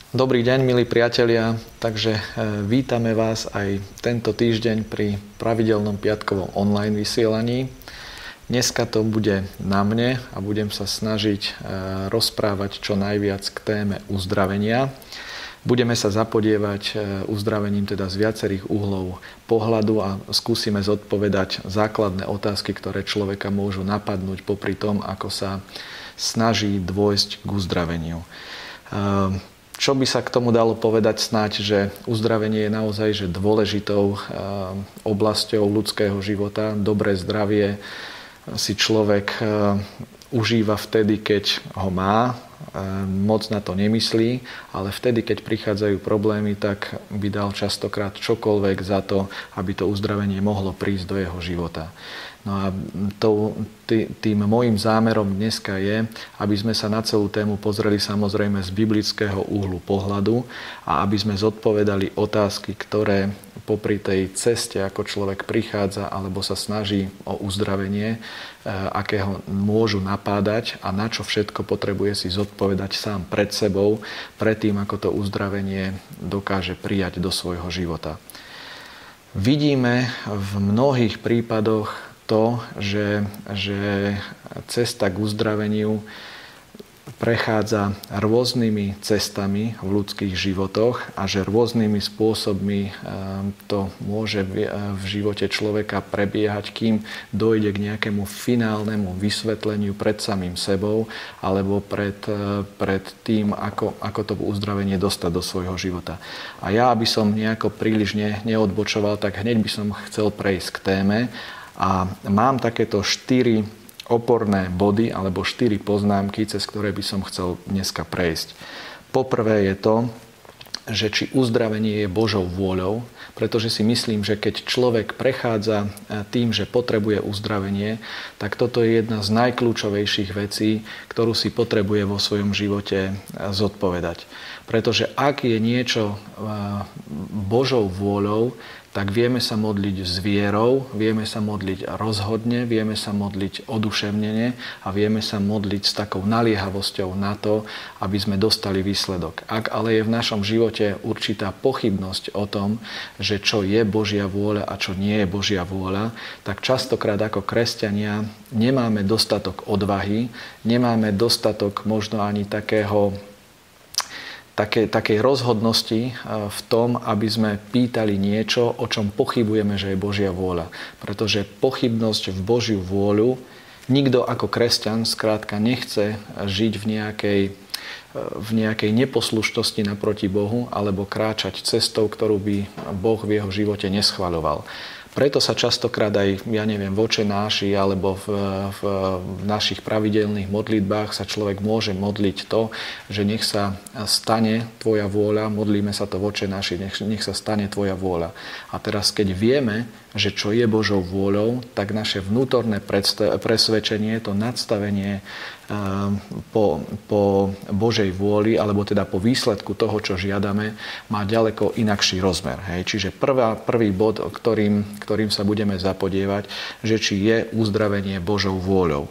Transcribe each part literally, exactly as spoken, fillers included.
Dobrý deň, milí priatelia. Takže vítame vás aj tento týždeň pri pravidelnom piatkovom online vysielaní. Dneska to bude na mne a budem sa snažiť rozprávať čo najviac k téme uzdravenia. Budeme sa zapodievať uzdravením teda z viacerých uhlov pohľadu a skúsime zodpovedať základné otázky, ktoré človeka môžu napadnúť popri tom, ako sa snaží dôjsť k uzdraveniu. Čo by sa k tomu dalo povedať snáď, že uzdravenie je naozaj že dôležitou oblasťou ľudského života. Dobré zdravie si človek užíva vtedy, keď ho má, moc na to nemyslí, ale vtedy, keď prichádzajú problémy, tak by dal častokrát čokoľvek za to, aby to uzdravenie mohlo prísť do jeho života. No a to, tým môjim zámerom dneska je, aby sme sa na celú tému pozreli samozrejme z biblického uhlu pohľadu a aby sme zodpovedali otázky, ktoré popri tej ceste, ako človek prichádza alebo sa snaží o uzdravenie, akého môžu napádať a na čo všetko potrebuje si zodpovedať sám pred sebou, predtým, ako to uzdravenie dokáže prijať do svojho života. Vidíme v mnohých prípadoch to, že, že cesta k uzdraveniu prechádza rôznymi cestami v ľudských životoch a že rôznymi spôsobmi to môže v živote človeka prebiehať, kým dojde k nejakému finálnemu vysvetleniu pred samým sebou alebo pred, pred tým, ako, ako to uzdravenie dostať do svojho života. A ja, aby som nejako príliš ne, neodbočoval, tak hneď by som chcel prejsť k téme. A mám takéto štyri oporné body alebo štyri poznámky, cez ktoré by som chcel dneska prejsť. Poprvé je to, že či uzdravenie je Božou vôľou, pretože si myslím, že keď človek prechádza tým, že potrebuje uzdravenie, tak toto je jedna z najkľúčovejších vecí, ktorú si potrebuje vo svojom živote zodpovedať. Pretože ak je niečo Božou vôľou, tak vieme sa modliť s vierou, vieme sa modliť rozhodne, vieme sa modliť oduševnene a vieme sa modliť s takou naliehavosťou na to, aby sme dostali výsledok. Ak ale je v našom živote určitá pochybnosť o tom, že čo je Božia vôľa a čo nie je Božia vôľa, tak častokrát ako kresťania nemáme dostatok odvahy, nemáme dostatok možno ani takého Také, takej rozhodnosti v tom, aby sme pýtali niečo, o čom pochybujeme, že je Božia vôľa. Pretože pochybnosť v Božiu vôľu, nikto ako kresťan skrátka nechce žiť v nejakej, v nejakej neposlušnosti naproti Bohu alebo kráčať cestou, ktorú by Boh v jeho živote neschvaľoval. Preto sa častokrát aj, ja neviem, v Oče náši alebo v, v, v našich pravidelných modlitbách sa človek môže modliť to, že nech sa stane tvoja vôľa, modlíme sa to v Oče náši, nech, nech sa stane tvoja vôľa. A teraz, keď vieme, že čo je Božou vôľou, tak naše vnútorné presvedčenie, to nadstavenie po, po Božej vôli, alebo teda po výsledku toho, čo žiadame, má ďaleko inakší rozmer. Hej. Čiže prvá, prvý bod, ktorým, ktorým sa budeme zapodievať, že či je uzdravenie Božou vôľou.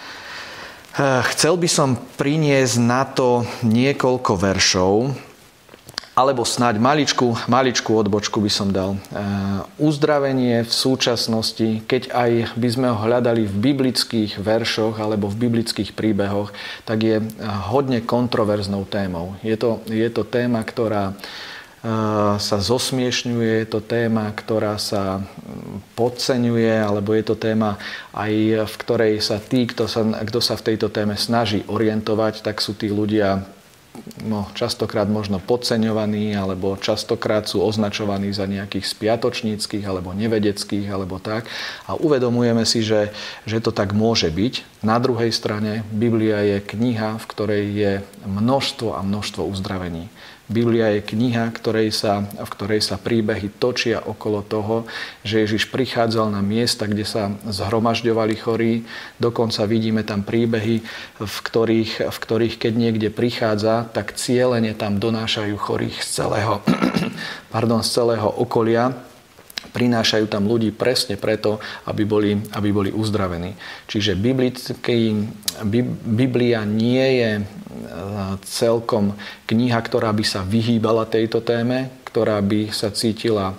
Chcel by som priniesť na to niekoľko veršov, alebo snáď maličku, maličku odbočku by som dal. Uzdravenie v súčasnosti, keď aj by sme ho hľadali v biblických veršoch alebo v biblických príbehoch, tak je hodne kontroverznou témou. Je to, je to téma, ktorá sa zosmiešňuje, je to téma, ktorá sa podceňuje, alebo je to téma aj v ktorej sa tí, kto sa, kto sa v tejto téme snaží orientovať, tak sú tí ľudia no, častokrát možno podceňovaní alebo častokrát sú označovaní za nejakých spiatočníckych alebo nevedeckých alebo tak. A uvedomujeme si, že, že to tak môže byť. Na druhej strane Biblia je kniha, v ktorej je množstvo a množstvo uzdravení. Biblia je kniha, ktorej sa, v ktorej sa príbehy točia okolo toho, že Ježiš prichádzal na miesta, kde sa zhromažďovali chorí. Dokonca vidíme tam príbehy, v ktorých, v ktorých keď niekde prichádza, tak cielene tam donášajú chorých z celého, pardon, z celého okolia. Prinášajú tam ľudí presne preto, aby boli, aby boli uzdravení. Čiže biblický, Biblia nie je celkom kniha, ktorá by sa vyhýbala tejto téme, ktorá by sa cítila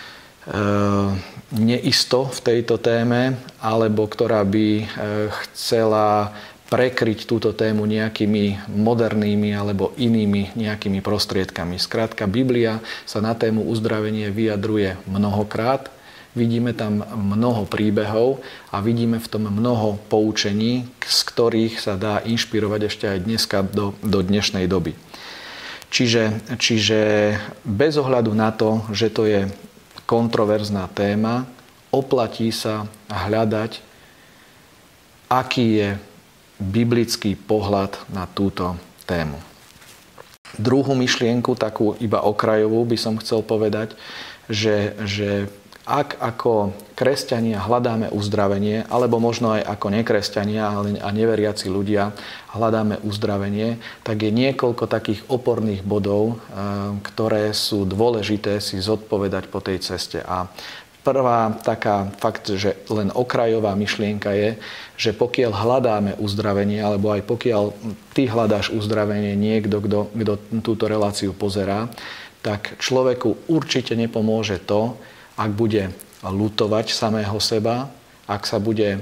neisto v tejto téme, alebo ktorá by chcela prekryť túto tému nejakými modernými alebo inými nejakými prostriedkami. Skrátka, Biblia sa na tému uzdravenie vyjadruje mnohokrát. Vidíme tam mnoho príbehov a vidíme v tom mnoho poučení, z ktorých sa dá inšpirovať ešte aj dneska do, do dnešnej doby. Čiže, čiže bez ohľadu na to, že to je kontroverzná téma, oplatí sa hľadať, aký je biblický pohľad na túto tému. Druhú myšlienku, takú iba okrajovú, by som chcel povedať, že, že ak ako kresťania hľadáme uzdravenie, alebo možno aj ako nekresťania a neveriaci ľudia hľadáme uzdravenie, tak je niekoľko takých oporných bodov, ktoré sú dôležité si zodpovedať po tej ceste. A prvá taká fakt, že len okrajová myšlienka je, že pokiaľ hľadáme uzdravenie, alebo aj pokiaľ ty hľadáš uzdravenie, niekto, kto, kto túto reláciu pozerá, tak človeku určite nepomôže to, ak bude ľutovať samého seba, ak sa bude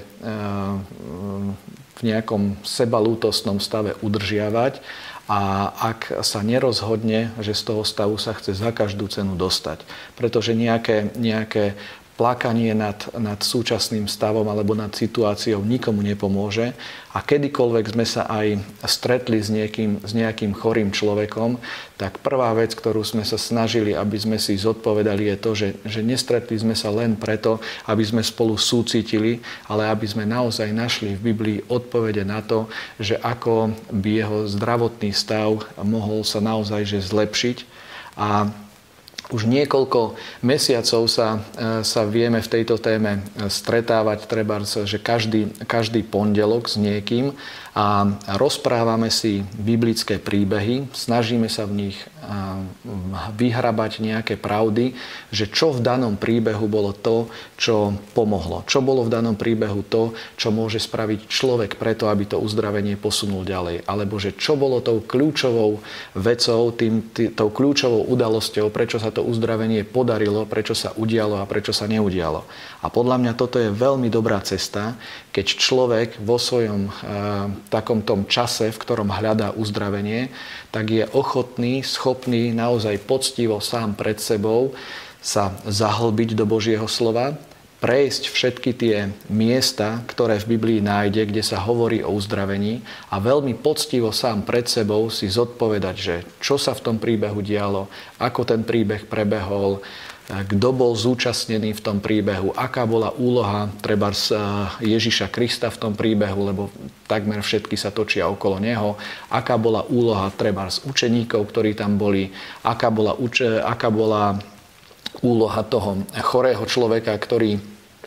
v nejakom sebalútostnom stave udržiavať a ak sa nerozhodne, že z toho stavu sa chce za každú cenu dostať. Pretože nejaké, nejaké plakanie nad, nad súčasným stavom alebo nad situáciou nikomu nepomôže. A kedykoľvek sme sa aj stretli s niekým, s nejakým chorým človekom, tak prvá vec, ktorú sme sa snažili, aby sme si zodpovedali, je to, že, že nestretli sme sa len preto, aby sme spolu súcitili, ale aby sme naozaj našli v Biblii odpovede na to, že ako by jeho zdravotný stav mohol sa naozaj že zlepšiť. A už niekoľko mesiacov sa, sa vieme v tejto téme stretávať, treba, že každý, každý pondelok s niekým a rozprávame si biblické príbehy, snažíme sa v nich vyhrabať nejaké pravdy, že čo v danom príbehu bolo to, čo pomohlo. Čo bolo v danom príbehu to, čo môže spraviť človek preto, aby to uzdravenie posunul ďalej. Alebo že čo bolo tou kľúčovou vecou, tým, tý, tou kľúčovou udalosťou, prečo sa to uzdravenie podarilo, prečo sa udialo a prečo sa neudialo. A podľa mňa toto je veľmi dobrá cesta, keď človek vo svojom e, takom tom čase, v ktorom hľadá uzdravenie, tak je ochotný, schopný naozaj poctivo sám pred sebou sa zahlbiť do Božieho slova, prejsť všetky tie miesta, ktoré v Biblii nájde, kde sa hovorí o uzdravení a veľmi poctivo sám pred sebou si zodpovedať, že čo sa v tom príbehu dialo, ako ten príbeh prebehol, kto bol zúčastnený v tom príbehu, aká bola úloha trebárs Ježiša Krista v tom príbehu, lebo takmer všetky sa točia okolo neho, aká bola úloha trebárs učeníkov, ktorí tam boli, aká bola, aká bola úloha toho chorého človeka, ktorý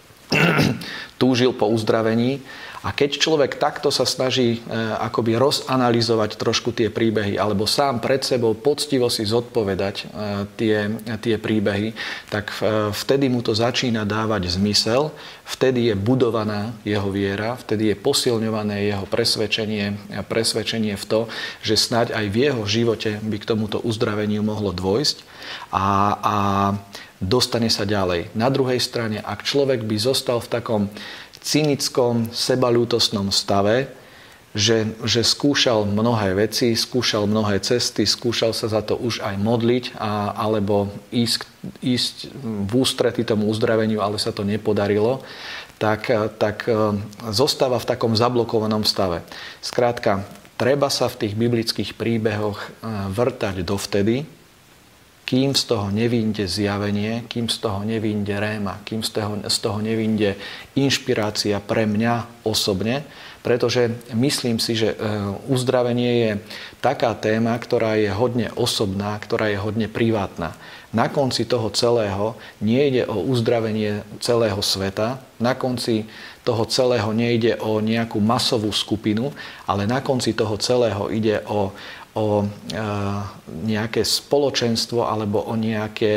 túžil po uzdravení. A keď človek takto sa snaží e, akoby rozanalizovať trošku tie príbehy alebo sám pred sebou poctivo si zodpovedať e, tie, tie príbehy, tak e, vtedy mu to začína dávať zmysel, vtedy je budovaná jeho viera, vtedy je posilňované jeho presvedčenie, presvedčenie v to, že snáď aj v jeho živote by k tomuto uzdraveniu mohlo dôjsť a, a dostane sa ďalej. Na druhej strane, ak človek by zostal v takom cynickom, sebaľútostnom stave, že, že skúšal mnohé veci, skúšal mnohé cesty, skúšal sa za to už aj modliť a, alebo ísť, ísť v ústrety tomu uzdraveniu, ale sa to nepodarilo, tak, tak zostáva v takom zablokovanom stave. Skrátka, treba sa v tých biblických príbehoch vrtať dovtedy, kým z toho nevyjde zjavenie, kým z toho nevyjde réma, kým z toho, z toho nevyjde inšpirácia pre mňa osobne, pretože myslím si, že uzdravenie je taká téma, ktorá je hodne osobná, ktorá je hodne privátna. Na konci toho celého nejde o uzdravenie celého sveta, na konci toho celého nejde o nejakú masovú skupinu, ale na konci toho celého ide o o nejaké spoločenstvo alebo o nejaké,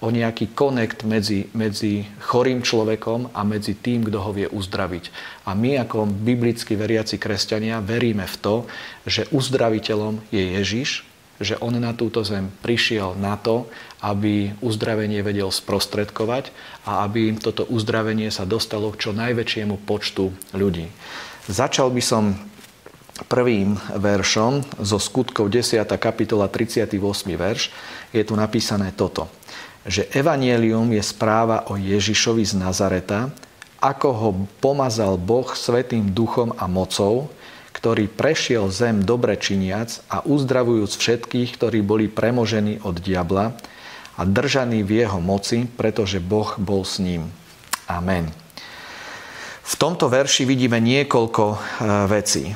o nejaký konekt medzi, medzi chorým človekom a medzi tým, kto ho vie uzdraviť. A my ako biblicky veriaci kresťania veríme v to, že uzdraviteľom je Ježiš, že on na túto zem prišiel na to, aby uzdravenie vedel sprostredkovať a aby toto uzdravenie sa dostalo k čo najväčšiemu počtu ľudí. Začal by som prvým veršom zo Skutkov desiata kapitola tridsiaty ôsmy verš. Je tu napísané toto, že evanjelium je správa o Ježišovi z Nazareta, ako ho pomazal Boh Svätým Duchom a mocou, ktorý prešiel zem dobre činiac a uzdravujúc všetkých, ktorí boli premožení od diabla a držaní v jeho moci, pretože Boh bol s ním. Amen. V tomto verši vidíme niekoľko vecí.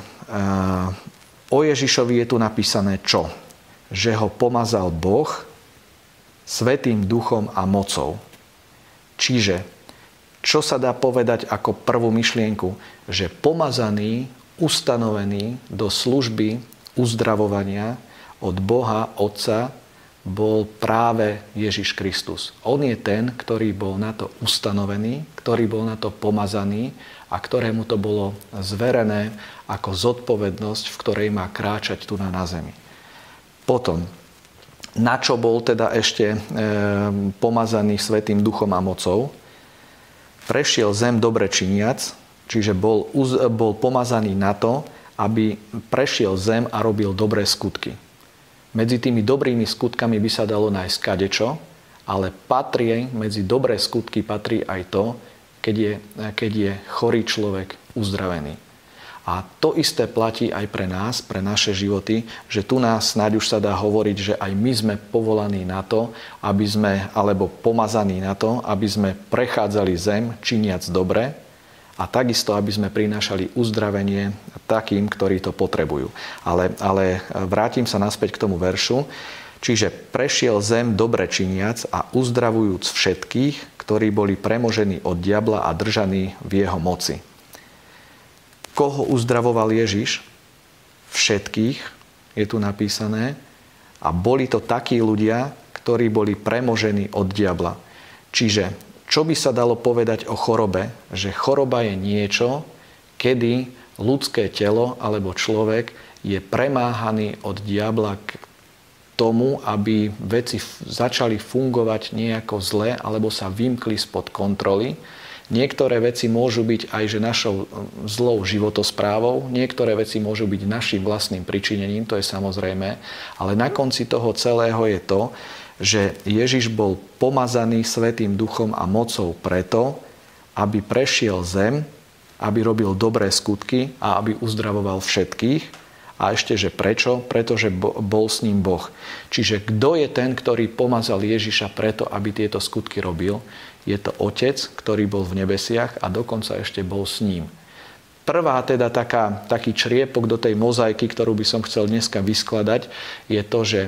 O Ježišovi je tu napísané čo? Že ho pomazal Boh Svätým Duchom a mocou. Čiže, čo sa dá povedať ako prvú myšlienku? Že pomazaný, ustanovený do služby uzdravovania od Boha Otca bol práve Ježiš Kristus. On je ten, ktorý bol na to ustanovený, ktorý bol na to pomazaný a ktorému to bolo zverené ako zodpovednosť, v ktorej má kráčať tu na zemi. Potom, na čo bol teda ešte e, pomazaný Svätým Duchom a mocou? Prešiel zem dobre činiac, čiže bol, bol pomazaný na to, aby prešiel zem a robil dobré skutky. Medzi tými dobrými skutkami by sa dalo nájsť kadečo, ale patrí, medzi dobré skutky patrí aj to, keď je, keď je chorý človek uzdravený. A to isté platí aj pre nás, pre naše životy, že tu nás snáď už sa dá hovoriť, že aj my sme povolaní na to, aby sme, alebo pomazaní na to, aby sme prechádzali zem činiac dobre a takisto, aby sme prinášali uzdravenie takým, ktorí to potrebujú. Ale, ale vrátim sa naspäť k tomu veršu. Čiže prešiel zem dobre činiac a uzdravujúc všetkých, ktorí boli premožení od diabla a držaní v jeho moci. Koho uzdravoval Ježiš? Všetkých, je tu napísané. A boli to takí ľudia, ktorí boli premožení od diabla. Čiže, čo by sa dalo povedať o chorobe? Že choroba je niečo, kedy ľudské telo alebo človek je premáhaný od diabla k tomu, aby veci začali fungovať nejako zle alebo sa vymkli spod kontroly. Niektoré veci môžu byť aj že našou zlou životosprávou, niektoré veci môžu byť našim vlastným pričinením, to je samozrejme, ale na konci toho celého je to, že Ježiš bol pomazaný Svätým Duchom a mocou preto, aby prešiel zem, aby robil dobré skutky a aby uzdravoval všetkých. A ešte, že prečo? Pretože bol s ním Boh. Čiže kto je ten, ktorý pomazal Ježiša preto, aby tieto skutky robil? Je to Otec, ktorý bol v nebesiach a dokonca ešte bol s ním. Prvá teda taká, taký čriepok do tej mozaiky, ktorú by som chcel dneska vyskladať, je to, že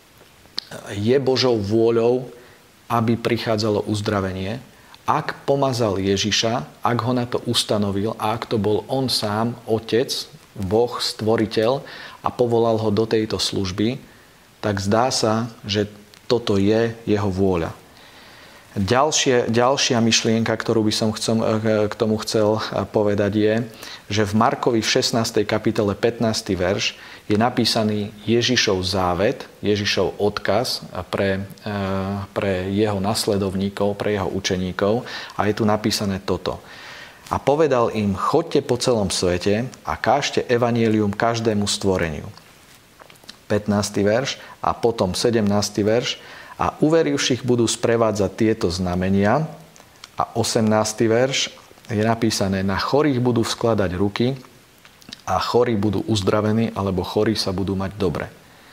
je Božou vôľou, aby prichádzalo uzdravenie. Ak pomazal Ježiša, ak ho na to ustanovil a ak to bol on sám, Otec, Boh, stvoriteľ a povolal ho do tejto služby, tak zdá sa, že toto je jeho vôľa. Ďalšie, ďalšia myšlienka, ktorú by som chcel, k tomu chcel povedať je, že v Markovi v šestnástej kapitole pätnásty verš je napísaný Ježišov závet, Ježišov odkaz pre, pre jeho nasledovníkov, pre jeho učeníkov a je tu napísané toto. A povedal im, choďte po celom svete a kážte evanjelium každému stvoreniu. pätnásty verš a potom sedemnásty verš. A uverivších budú sprevádzať tieto znamenia. A osemnásty verš je napísané, na chorých budú skladať ruky a chorí budú uzdravení, alebo chorí sa budú mať dobre.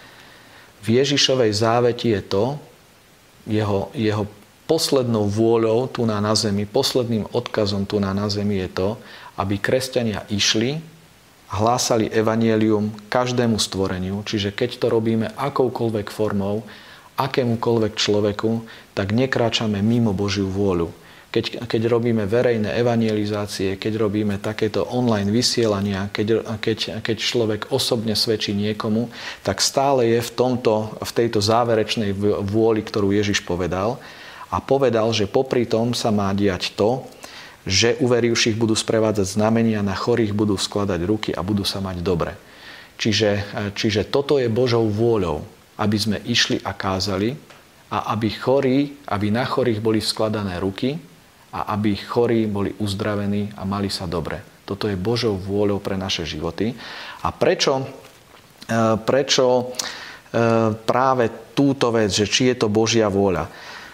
V Ježišovej záveti je to, jeho, jeho poslednou vôľou tu na, na zemi, posledným odkazom tu na, na zemi je to, aby kresťania išli a hlásali evanjelium každému stvoreniu. Čiže keď to robíme akoukoľvek formou, akémukoľvek človeku, tak nekráčame mimo Božiu vôľu. Keď, keď robíme verejné evangelizácie, keď robíme takéto online vysielania, keď, keď, keď človek osobne svedčí niekomu, tak stále je v, tomto, v tejto záverečnej vôli, ktorú Ježiš povedal. A povedal, že popri tom sa má diať to, že uverivších budú sprevádzať znamenia, na chorých budú skladať ruky a budú sa mať dobre. Čiže, čiže toto je Božou vôľou, aby sme išli a kázali a aby chorí, aby na chorých boli skladané ruky a aby chorí boli uzdravení a mali sa dobre. Toto je Božou vôľou pre naše životy. A prečo, prečo práve túto vec, že či je to Božia vôľa?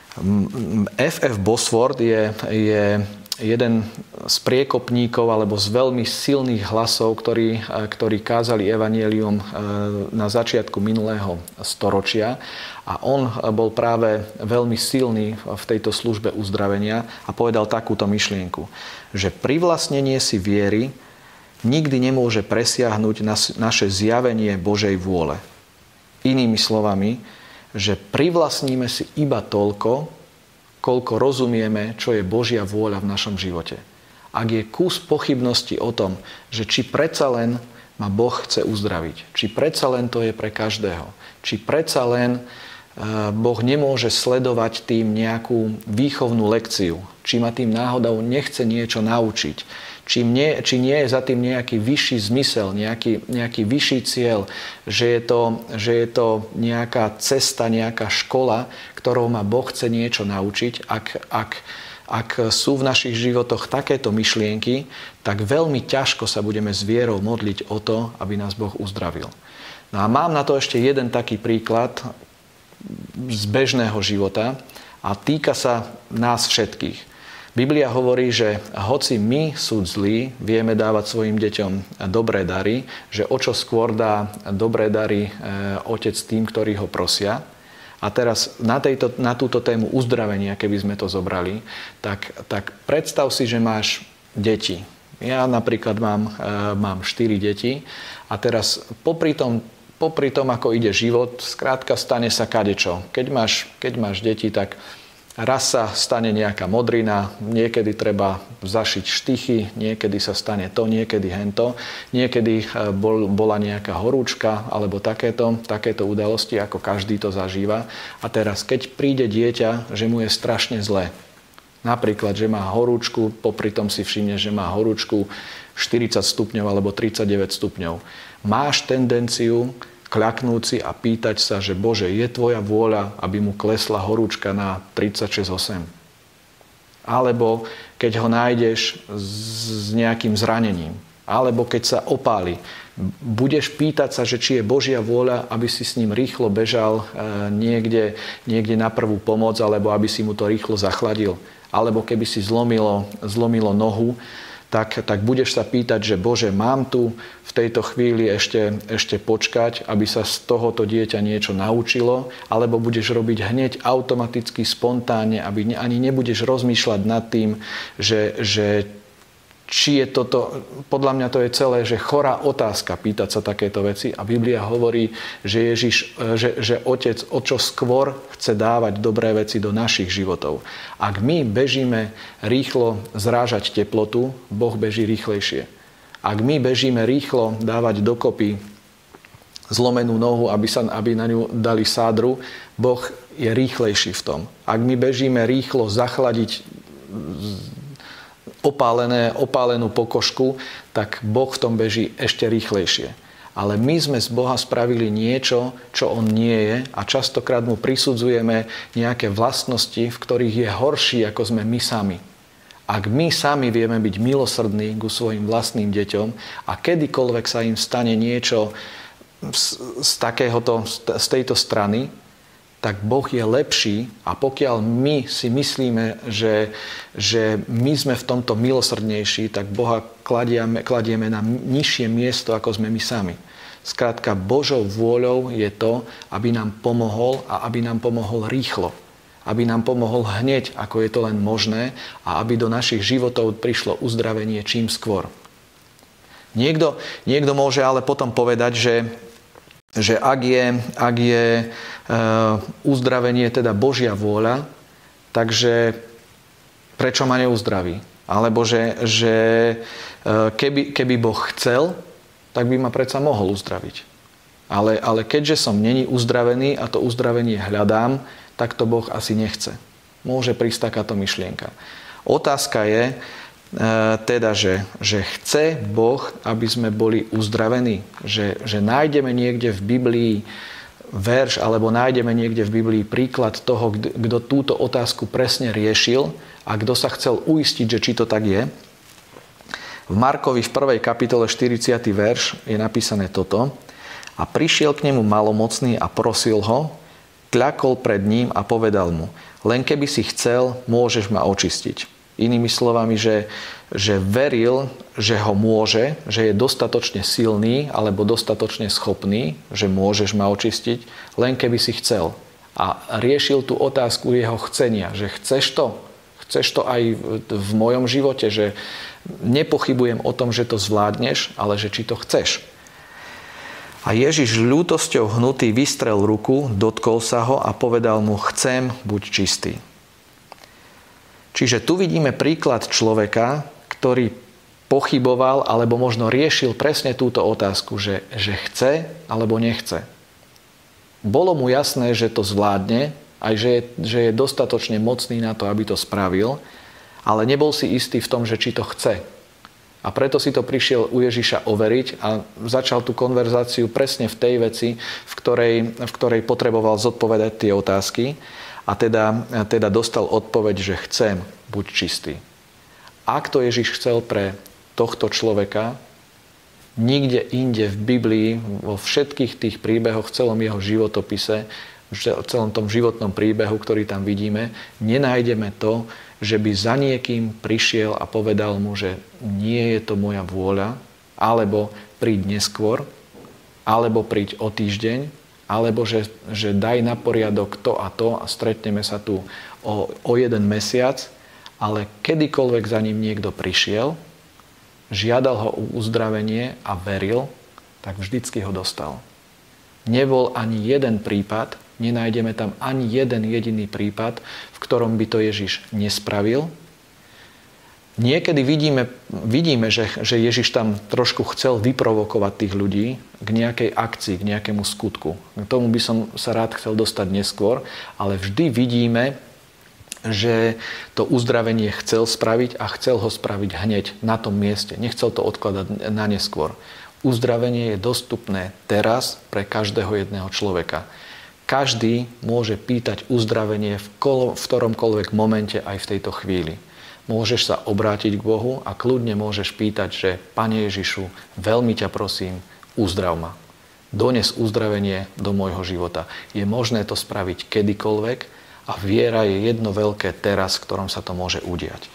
ef ef Bosworth je, je jeden z priekopníkov alebo z veľmi silných hlasov, ktorí, ktorí kázali evanjelium na začiatku minulého storočia. A on bol práve veľmi silný v tejto službe uzdravenia a povedal takúto myšlienku, že privlastnenie si viery nikdy nemôže presiahnuť naše zjavenie Božej vôle. Inými slovami, že privlastníme si iba toľko, koľko rozumieme, čo je Božia vôľa v našom živote. Ak je kus pochybnosti o tom, že či predsa len ma Boh chce uzdraviť, či predsa len to je pre každého, či predsa len Boh nemôže sledovať tým nejakú výchovnú lekciu, či ma tým náhodou nechce niečo naučiť, či, nie, či nie je za tým nejaký vyšší zmysel, nejaký, nejaký vyšší cieľ, že je, to, že je to nejaká cesta, nejaká škola, ktorou ma Boh chce niečo naučiť. Ak, ak, ak sú v našich životoch takéto myšlienky, tak veľmi ťažko sa budeme s vierou modliť o to, aby nás Boh uzdravil. No a mám na to ešte jeden taký príklad z bežného života a týka sa nás všetkých. Biblia hovorí, že hoci my sú zlí, vieme dávať svojim deťom dobré dary, že o čo skôr dá dobré dary Otec tým, ktorí ho prosia. A teraz na, tejto, na túto tému uzdravenia, keby sme to zobrali, tak, tak predstav si, že máš deti. Ja napríklad mám, mám štyri deti a teraz popri tom Popri tom, ako ide život, skrátka stane sa kadečo. Keď máš, keď máš deti, tak raz sa stane nejaká modrina, niekedy treba zašiť štychy, niekedy sa stane to, niekedy hento, niekedy bol, bola nejaká horúčka alebo takéto, takéto udalosti, ako každý to zažíva. A teraz, keď príde dieťa, že mu je strašne zle, napríklad, že má horúčku, popri tom si všimne, že má horúčku štyridsať stupňov alebo tridsaťdeväť stupňov, máš tendenciu kľaknúť si a pýtať sa, že Bože, je tvoja vôľa, aby mu klesla horúčka na tridsaťšesť osem. Alebo keď ho nájdeš s nejakým zranením. Alebo keď sa opáli. Budeš pýtať sa, že či je Božia vôľa, aby si s ním rýchlo bežal niekde, niekde na prvú pomoc, alebo aby si mu to rýchlo zachladil. Alebo keby si zlomilo, zlomilo nohu, Tak, tak budeš sa pýtať, že Bože, mám tu v tejto chvíli ešte, ešte počkať, aby sa z tohoto dieťa niečo naučilo, alebo budeš robiť hneď automaticky, spontánne, aby ani nebudeš rozmýšľať nad tým, že, že či je toto, podľa mňa to je celé, že chorá otázka pýtať sa takéto veci a Biblia hovorí, že Ježiš, že, že Otec o čo skôr chce dávať dobré veci do našich životov. Ak my bežíme rýchlo zrážať teplotu, Boh beží rýchlejšie. Ak my bežíme rýchlo dávať dokopy zlomenú nohu, aby, sa, aby na ňu dali sádru, Boh je rýchlejší v tom. Ak my bežíme rýchlo zachladiť Opálené, opálenú pokožku, tak Boh v tom beží ešte rýchlejšie. Ale my sme z Boha spravili niečo, čo on nie je a častokrát mu prisudzujeme nejaké vlastnosti, v ktorých je horší, ako sme my sami. Ak my sami vieme byť milosrdní ku svojim vlastným deťom a kedykoľvek sa im stane niečo z, z, takéhoto, z tejto strany, tak Boh je lepší a pokiaľ my si myslíme, že, že my sme v tomto milosrdnejší, tak Boha kladieme, kladieme na nižšie miesto, ako sme my sami. Skrátka, Božou vôľou je to, aby nám pomohol a aby nám pomohol rýchlo. Aby nám pomohol hneď, ako je to len možné a aby do našich životov prišlo uzdravenie čím skôr. Niekto, niekto môže ale potom povedať, že že ak je, ak je e, uzdravenie teda Božia vôľa, takže prečo ma neuzdraví? Alebo že, že e, keby, keby Boh chcel, tak by ma predsa mohol uzdraviť. Ale, ale keďže som není uzdravený a to uzdravenie hľadám, tak to Boh asi nechce. Môže prísť takáto myšlienka. Otázka je e, teda, že, že chce Boh, aby sme boli uzdravení. Že, že nájdeme niekde v Biblii verš, alebo nájdeme niekde v Biblii príklad toho, kto túto otázku presne riešil a kto sa chcel uistiť, že či to tak je. V Markovi v prvej kapitole štyridsiaty verš je napísané toto. A prišiel k nemu malomocný a prosil ho, kľakol pred ním a povedal mu, len keby si chcel, môžeš ma očistiť. Inými slovami, že, že veril, že ho môže, že je dostatočne silný alebo dostatočne schopný, že môžeš ma očistiť, len keby si chcel. A riešil tú otázku jeho chcenia, že chceš to? Chceš to aj v mojom živote, že nepochybujem o tom, že to zvládneš, ale že či to chceš. A Ježiš ľútosťou hnutý vystrel ruku, dotkol sa ho a povedal mu, chcem, buď čistý. Čiže tu vidíme príklad človeka, ktorý pochyboval alebo možno riešil presne túto otázku, že, že chce alebo nechce. Bolo mu jasné, že to zvládne, aj že je, že je dostatočne mocný na to, aby to spravil, ale nebol si istý v tom, že či to chce. A preto si to prišiel u Ježiša overiť a začal tú konverzáciu presne v tej veci, v ktorej, v ktorej potreboval zodpovedať tie otázky. A teda, teda dostal odpoveď, že chcem, buď čistý. Ak to Ježiš chcel pre tohto človeka, nikde inde v Biblii, vo všetkých tých príbehoch, v celom jeho životopise, v celom tom životnom príbehu, ktorý tam vidíme, nenájdeme to, že by za niekým prišiel a povedal mu, že nie je to moja vôľa, alebo príď neskôr, alebo príď o týždeň, alebo že, že daj na poriadok to a to a stretneme sa tu o, o jeden mesiac, ale kedykoľvek za ním niekto prišiel, žiadal ho o uzdravenie a veril, tak vždycky ho dostal. Nebol ani jeden prípad, nenájdeme tam ani jeden jediný prípad, v ktorom by to Ježiš nespravil. Niekedy vidíme, vidíme že, že Ježiš tam trošku chcel vyprovokovať tých ľudí k nejakej akcii, k nejakému skutku. K tomu by som sa rád chcel dostať neskôr, ale vždy vidíme, že to uzdravenie chcel spraviť a chcel ho spraviť hneď na tom mieste. Nechcel to odkladať na neskôr. Uzdravenie je dostupné teraz pre každého jedného človeka. Každý môže pýtať uzdravenie v, kolo, v ktoromkoľvek momente aj v tejto chvíli. Môžeš sa obrátiť k Bohu a kľudne môžeš pýtať, že Pane Ježišu, veľmi ťa prosím, uzdrav ma. Dones uzdravenie do môjho života. Je možné to spraviť kedykoľvek a viera je jedno veľké teraz, v ktorom sa to môže udiať.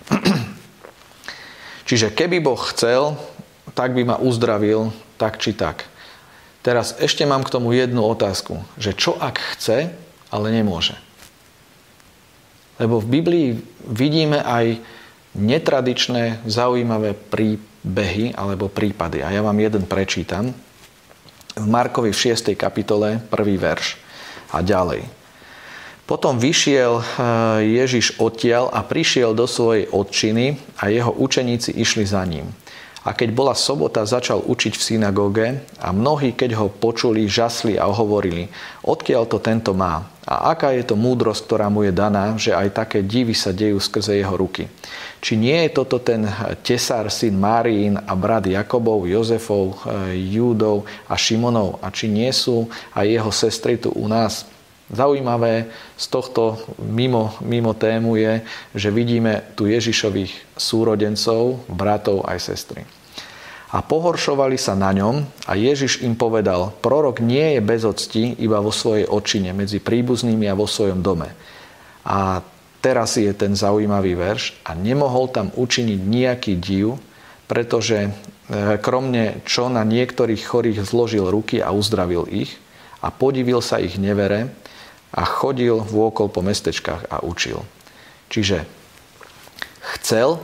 Čiže keby Boh chcel, tak by ma uzdravil tak či tak. Teraz ešte mám k tomu jednu otázku, že čo ak chce, ale nemôže. Lebo v Biblii vidíme aj netradičné, zaujímavé príbehy alebo prípady. A ja vám jeden prečítam. V Markovi v šiestej kapitole, prvý verš a ďalej. Potom vyšiel Ježiš odtiaľ a prišiel do svojej otčiny a jeho učeníci išli za ním. A keď bola sobota, začal učiť v synagóge a mnohí, keď ho počuli, žasli a hovorili, odkiaľ to tento má a aká je to múdrosť, ktorá mu je daná, že aj také divy sa dejú skrze jeho ruky. Či nie je toto ten tesár, syn Máriin a brat Jakobov, Jozefov, Júdov a Šimonov a či nie sú aj jeho sestry tu u nás? Zaujímavé z tohto mimo, mimo tému je, že vidíme tu Ježišových súrodencov, bratov aj sestry. A pohoršovali sa na ňom a Ježiš im povedal, prorok nie je bez octi iba vo svojej otčine, medzi príbuznými a vo svojom dome. A teraz je ten zaujímavý verš a nemohol tam učiniť nejaký div, pretože kromne čo na niektorých chorých zložil ruky a uzdravil ich a podivil sa ich nevere, a chodil vôkol po mestečkách a učil. Čiže chcel,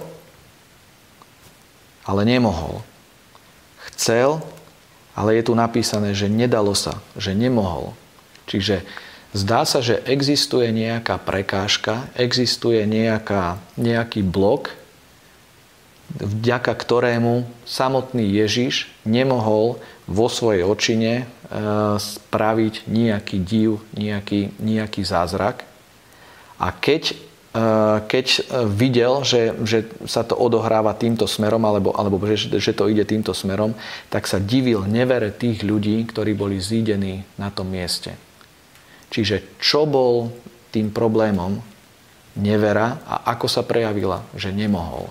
ale nemohol. Chcel, ale je tu napísané, že nedalo sa, že nemohol. Čiže zdá sa, že existuje nejaká prekážka, existuje nejaká, nejaký blok, vďaka ktorému samotný Ježiš nemohol vo svojej očine spraviť nejaký div, nejaký, nejaký zázrak. A keď, keď videl, že, že sa to odohráva týmto smerom, alebo, alebo že, že to ide týmto smerom, tak sa divil nevere tých ľudí, ktorí boli zídení na tom mieste. Čiže čo bol tým problémom? Nevera. A ako sa prejavila? Že nemohol.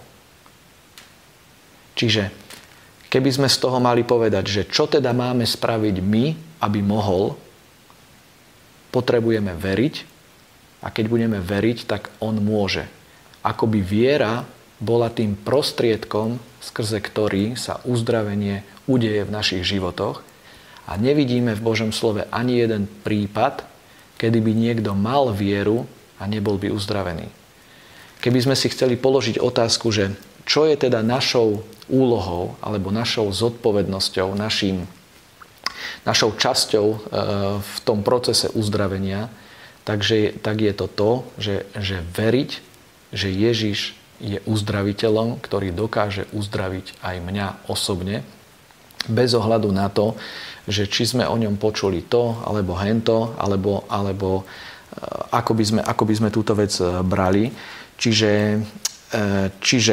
Čiže keby sme z toho mali povedať, že čo teda máme spraviť my, aby mohol, potrebujeme veriť a keď budeme veriť, tak on môže. Akoby viera bola tým prostriedkom, skrze ktorý sa uzdravenie udeje v našich životoch a nevidíme v Božom slove ani jeden prípad, kedy by niekto mal vieru a nebol by uzdravený. Keby sme si chceli položiť otázku, že čo je teda našou úlohou alebo našou zodpovednosťou, našim, našou časťou v tom procese uzdravenia, takže, tak je to to, že, že veriť, že Ježiš je uzdraviteľom, ktorý dokáže uzdraviť aj mňa osobne, bez ohľadu na to, že či sme o ňom počuli to, alebo hento, alebo, alebo ako, by sme, ako by sme túto vec brali. Čiže, čiže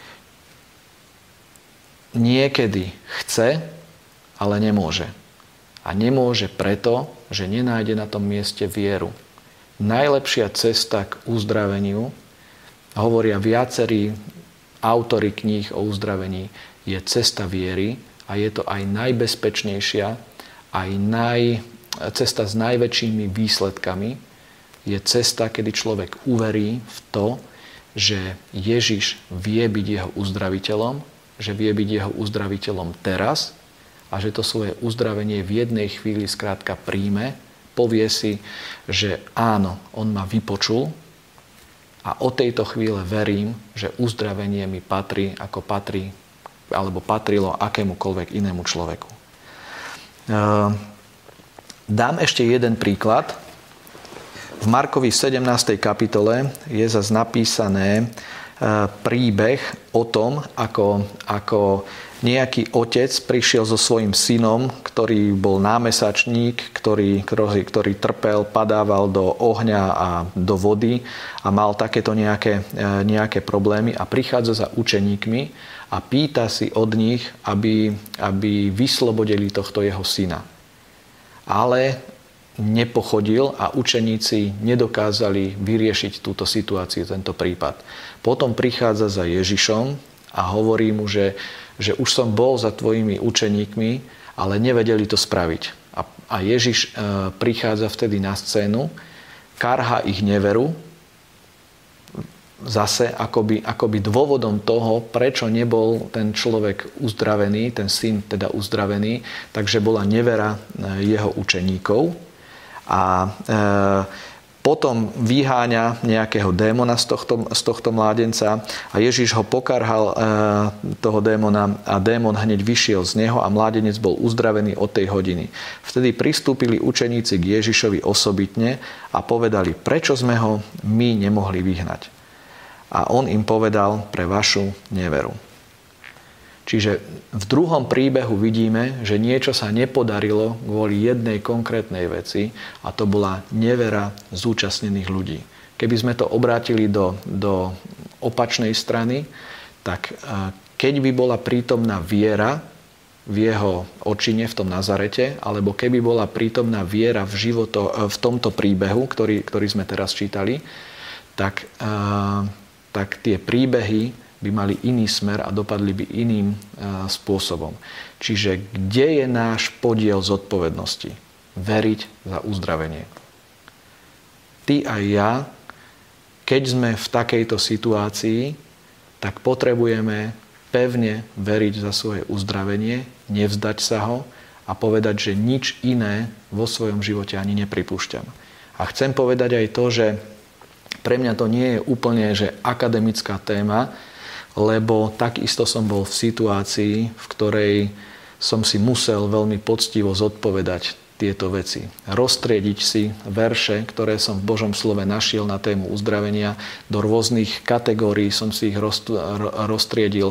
niekedy chce, ale nemôže. A nemôže preto, že nenájde na tom mieste vieru. Najlepšia cesta k uzdraveniu, hovoria viacerí autori kníh o uzdravení, je cesta viery a je to aj najbezpečnejšia, aj naj, cesta s najväčšími výsledkami. Je cesta, kedy človek uverí v to, že Ježiš vie byť jeho uzdraviteľom, že vie byť jeho uzdraviteľom teraz a že to svoje uzdravenie v jednej chvíli skrátka príjme, povie si, že áno, on ma vypočul a od tejto chvíle verím, že uzdravenie mi patrí, ako patrí, alebo patrilo akémukoľvek inému človeku. Dám ešte jeden príklad. V Markovi sedemnástej kapitole je zase napísané príbeh o tom, ako, ako nejaký otec prišiel so svojím synom, ktorý bol námesačník, ktorý, ktorý, ktorý trpel, padával do ohňa a do vody a mal takéto nejaké, nejaké problémy a prichádza za učeníkmi a pýta si od nich, aby, aby vyslobodili tohto jeho syna. Ale nepochodil a učeníci nedokázali vyriešiť túto situáciu, tento prípad. Potom prichádza za Ježišom a hovorí mu, že, že už som bol za tvojimi učeníkmi, ale nevedeli to spraviť. A, a Ježiš e, prichádza vtedy na scénu, karhá ich neveru, zase akoby, akoby dôvodom toho, prečo nebol ten človek uzdravený, ten syn teda uzdravený, takže bola nevera jeho učeníkov. A e, potom vyháňa nejakého démona z tohto, z tohto mládenca a Ježiš ho pokarhal, e, toho démona, a démon hneď vyšiel z neho a mládenec bol uzdravený od tej hodiny. Vtedy pristúpili učeníci k Ježišovi osobitne a povedali, prečo sme ho my nemohli vyhnať. A on im povedal, pre vašu neveru. Čiže v druhom príbehu vidíme, že niečo sa nepodarilo kvôli jednej konkrétnej veci a to bola nevera zúčastnených ľudí. Keby sme to obrátili do, do opačnej strany, tak keď by bola prítomná viera v jeho očine, v tom Nazarete, alebo keby bola prítomná viera v, životo, v tomto príbehu, ktorý, ktorý sme teraz čítali, tak, tak tie príbehy by mali iný smer a dopadli by iným spôsobom. Čiže kde je náš podiel zodpovednosti? Veriť za uzdravenie. Ty a ja, keď sme v takejto situácii, tak potrebujeme pevne veriť za svoje uzdravenie, nevzdať sa ho a povedať, že nič iné vo svojom živote ani nepripúšťam. A chcem povedať aj to, že pre mňa to nie je úplne že akademická téma, lebo takisto som bol v situácii, v ktorej som si musel veľmi poctivo zodpovedať tieto veci. Roztriediť si verše, ktoré som v Božom slove našiel na tému uzdravenia. Do rôznych kategórií som si ich roztriedil.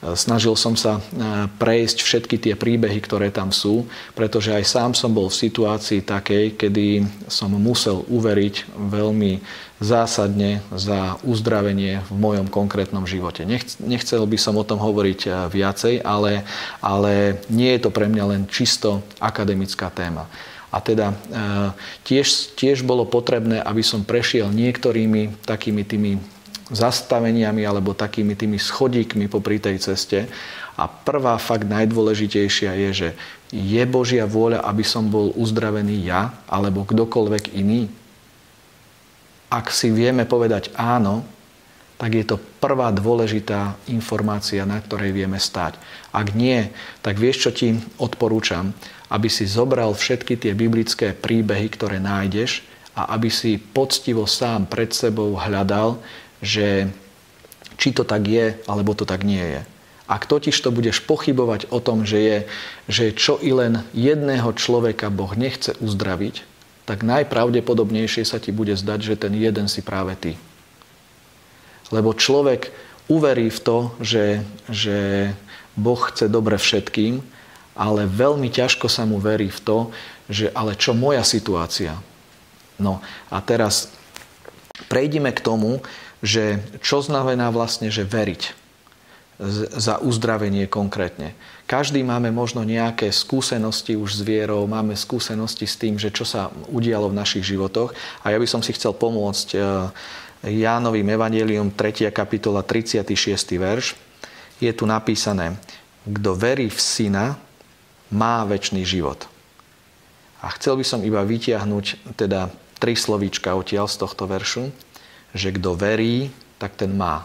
Snažil som sa prejsť všetky tie príbehy, ktoré tam sú, pretože aj sám som bol v situácii takej, kedy som musel uveriť veľmi zásadne za uzdravenie v mojom konkrétnom živote. Nechcel by som o tom hovoriť viacej, ale, ale nie je to pre mňa len čisto akademická téma. A teda tiež, tiež bolo potrebné, aby som prešiel niektorými takými tými zastaveniami alebo takými tými schodíkmi popri tej ceste. A prvá fakt najdôležitejšia je, že je Božia vôľa, aby som bol uzdravený ja alebo kdokoľvek iný. Ak si vieme povedať áno, tak je to prvá dôležitá informácia, na ktorej vieme stáť. Ak nie, tak vieš, čo ti odporúčam? Aby si zobral všetky tie biblické príbehy, ktoré nájdeš a aby si poctivo sám pred sebou hľadal, že či to tak je, alebo to tak nie je. Ak totiž to budeš pochybovať o tom, že je, že čo i len jedného človeka Boh nechce uzdraviť, tak najpravdepodobnejšie sa ti bude zdať, že ten jeden si práve ty. Lebo človek uverí v to, že, že Boh chce dobre všetkým, ale veľmi ťažko sa mu verí v to, že ale čo moja situácia? No a teraz prejdime k tomu, že čo znamená vlastne, že veriť za uzdravenie konkrétne. Každý máme možno nejaké skúsenosti už s vierou, máme skúsenosti s tým, že čo sa udialo v našich životoch. A ja by som si chcel pomôcť Jánovým evanjeliom tretia kapitola tridsiaty šiesty verš. Je tu napísané: kto verí v Syna, má večný život. A chcel by som iba vytiahnuť teda tri slovíčka odtiaľ z tohto veršu, že kto verí, tak ten má.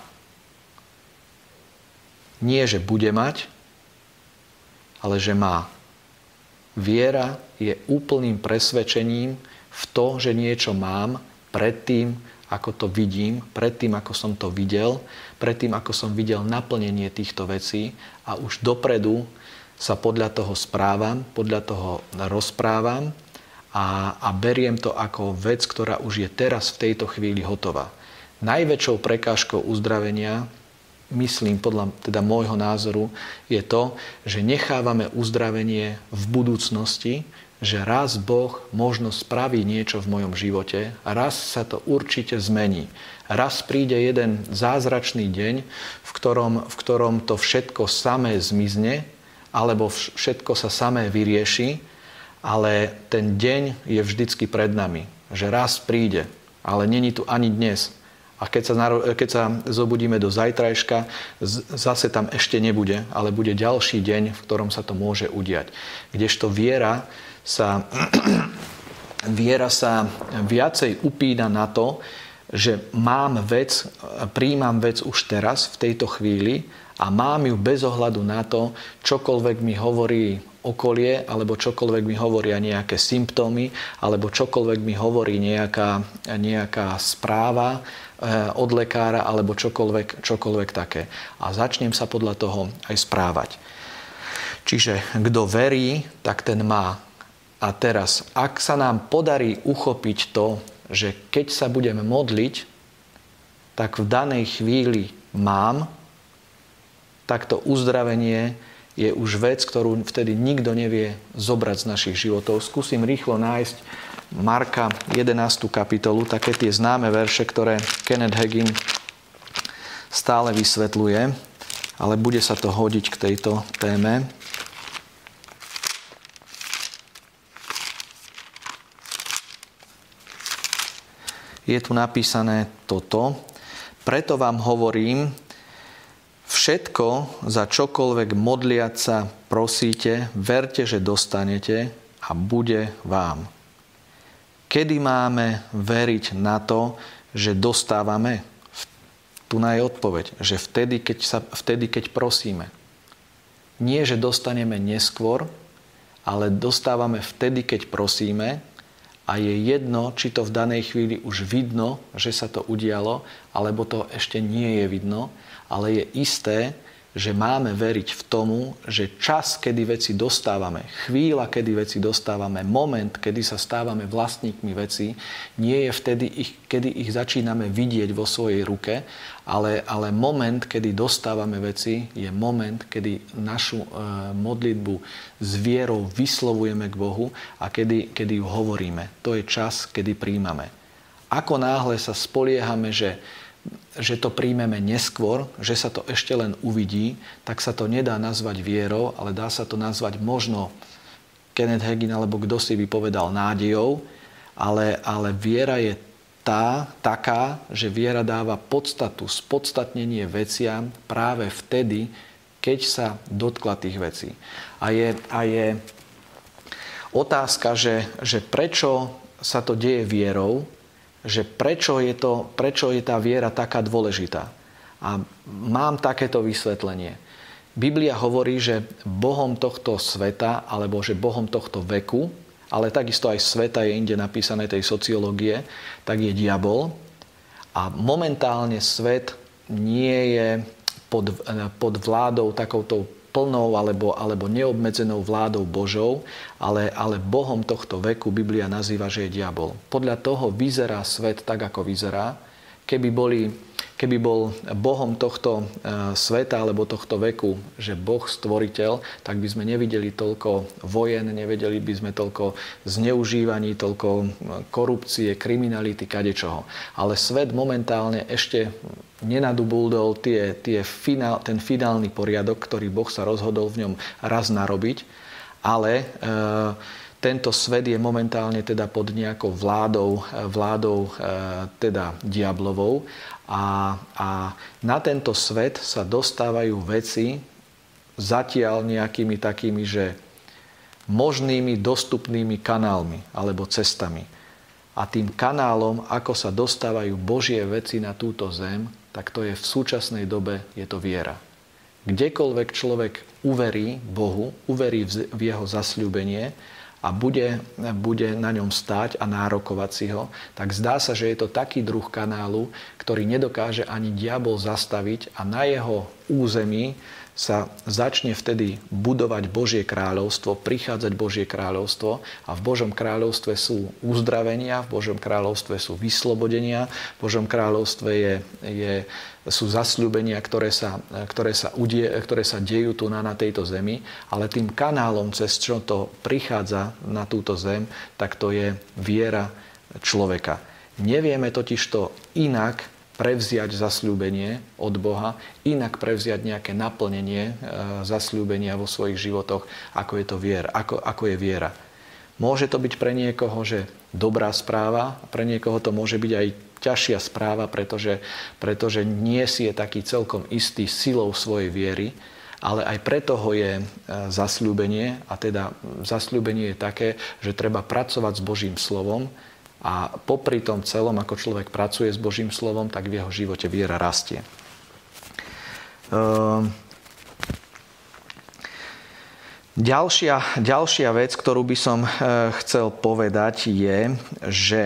Nie, že bude mať, ale že má. Viera je úplným presvedčením v to, že niečo mám predtým, ako to vidím, predtým, ako som to videl, predtým, ako som videl naplnenie týchto vecí a už dopredu sa podľa toho správam, podľa toho rozprávam a, a beriem to ako vec, ktorá už je teraz v tejto chvíli hotová. Najväčšou prekážkou uzdravenia, myslím podľa teda môjho názoru, je to, že nechávame uzdravenie v budúcnosti, že raz Boh možno spraví niečo v mojom živote a raz sa to určite zmení. Raz príde jeden zázračný deň, v ktorom, v ktorom to všetko samé zmizne, alebo všetko sa samé vyrieši, ale ten deň je vždycky pred nami. Že raz príde, ale není tu ani dnes. A keď sa, keď sa zobudíme do zajtrajška, zase tam ešte nebude, ale bude ďalší deň, v ktorom sa to môže udiať. Kdežto viera sa, viera sa viacej upína na to, že mám vec, príjmam vec už teraz, v tejto chvíli a mám ju bez ohľadu na to, čokoľvek mi hovorí okolie, alebo čokoľvek mi hovoria nejaké symptómy, alebo čokoľvek mi hovorí nejaká, nejaká správa od lekára, alebo čokoľvek, čokoľvek také. A začnem sa podľa toho aj správať. Čiže kto verí, tak ten má. A teraz, ak sa nám podarí uchopiť to, že keď sa budeme modliť, tak v danej chvíli mám, tak to uzdravenie je už vec, ktorú vtedy nikto nevie zobrať z našich životov. Skúsim rýchlo nájsť Marka jedenástu kapitolu, také tie známe verše, ktoré Kenneth Hagin stále vysvetľuje, ale bude sa to hodiť k tejto téme. Je tu napísané toto: preto vám hovorím, všetko, za čokoľvek modliať sa prosíte, verte, že dostanete a bude vám. Kedy máme veriť na to, že dostávame? Tu je odpoveď, že vtedy keď, sa, vtedy, keď prosíme. Nie, že dostaneme neskôr, ale dostávame vtedy, keď prosíme a je jedno, či to v danej chvíli už vidno, že sa to udialo, alebo to ešte nie je vidno, ale je isté, že máme veriť v tomu, že čas, kedy veci dostávame, chvíľa, kedy veci dostávame, moment, kedy sa stávame vlastníkmi vecí, nie je vtedy, ich, kedy ich začíname vidieť vo svojej ruke, ale, ale moment, kedy dostávame veci, je moment, kedy našu e, modlitbu s vierou vyslovujeme k Bohu a kedy, kedy ju hovoríme. To je čas, kedy príjmame. Ako náhle sa spoliehame, že že to príjmeme neskôr, že sa to ešte len uvidí, tak sa to nedá nazvať vierou, ale dá sa to nazvať možno Kenneth Hagin alebo kto si by povedal nádejou, ale, ale viera je tá, taká, že viera dáva podstatu, spodstatnenie veciam práve vtedy, keď sa dotkla tých vecí. A je, a je otázka, že, že prečo sa to deje vierou, že prečo je, to, prečo je tá viera taká dôležitá. A mám takéto vysvetlenie. Biblia hovorí, že Bohom tohto sveta, alebo že Bohom tohto veku, ale takisto aj sveta je inde napísané tej sociológie, tak je diabol. A momentálne svet nie je pod, pod vládou takouto plnou alebo, alebo neobmedzenou vládou Božou, ale, ale Bohom tohto veku Biblia nazýva, že je diabol. Podľa toho vyzerá svet tak, ako vyzerá. Keby, boli, keby bol Bohom tohto sveta alebo tohto veku, že Boh stvoriteľ, tak by sme nevideli toľko vojen, nevedeli by sme toľko zneužívaní, toľko korupcie, kriminality, kadečoho. Ale svet momentálne ešte nenadobudol tie, tie finál, ten finálny poriadok, ktorý Boh sa rozhodol v ňom raz narobiť, ale e, tento svet je momentálne teda pod nejakou vládou, vládou e, teda diablovou a, a na tento svet sa dostávajú veci zatiaľ nejakými takými, že možnými dostupnými kanálmi alebo cestami. A tým kanálom, ako sa dostávajú Božie veci na túto zem, tak to je v súčasnej dobe, je to viera. Kdekoľvek človek uverí Bohu, uverí v jeho zasľúbenie a bude, bude na ňom stáť a nárokovať si ho, tak zdá sa, že je to taký druh kanálu, ktorý nedokáže ani diabol zastaviť a na jeho území sa začne vtedy budovať Božie kráľovstvo, prichádzať Božie kráľovstvo a v Božom kráľovstve sú uzdravenia, v Božom kráľovstve sú vyslobodenia, v Božom kráľovstve je, je, sú zasľúbenia, ktoré sa, ktoré, sa udie, ktoré sa dejú tu na, na tejto zemi, ale tým kanálom, cez čo to prichádza na túto zem, tak to je viera človeka. Nevieme totiž to inak prevziať zasľúbenie od Boha, inak prevziať nejaké naplnenie zasľúbenia vo svojich životoch, ako je to viera, ako, ako je viera. Môže to byť pre niekoho, že dobrá správa, pre niekoho to môže byť aj ťažšia správa, pretože, pretože nie si je taký celkom istý silou svojej viery, ale aj preto ho je zasľúbenie, a teda zasľúbenie je také, že treba pracovať s Božím slovom. A popri tom celom, ako človek pracuje s Božím slovom, tak v jeho živote viera rastie. Ehm. Ďalšia, ďalšia vec, ktorú by som chcel povedať, je, že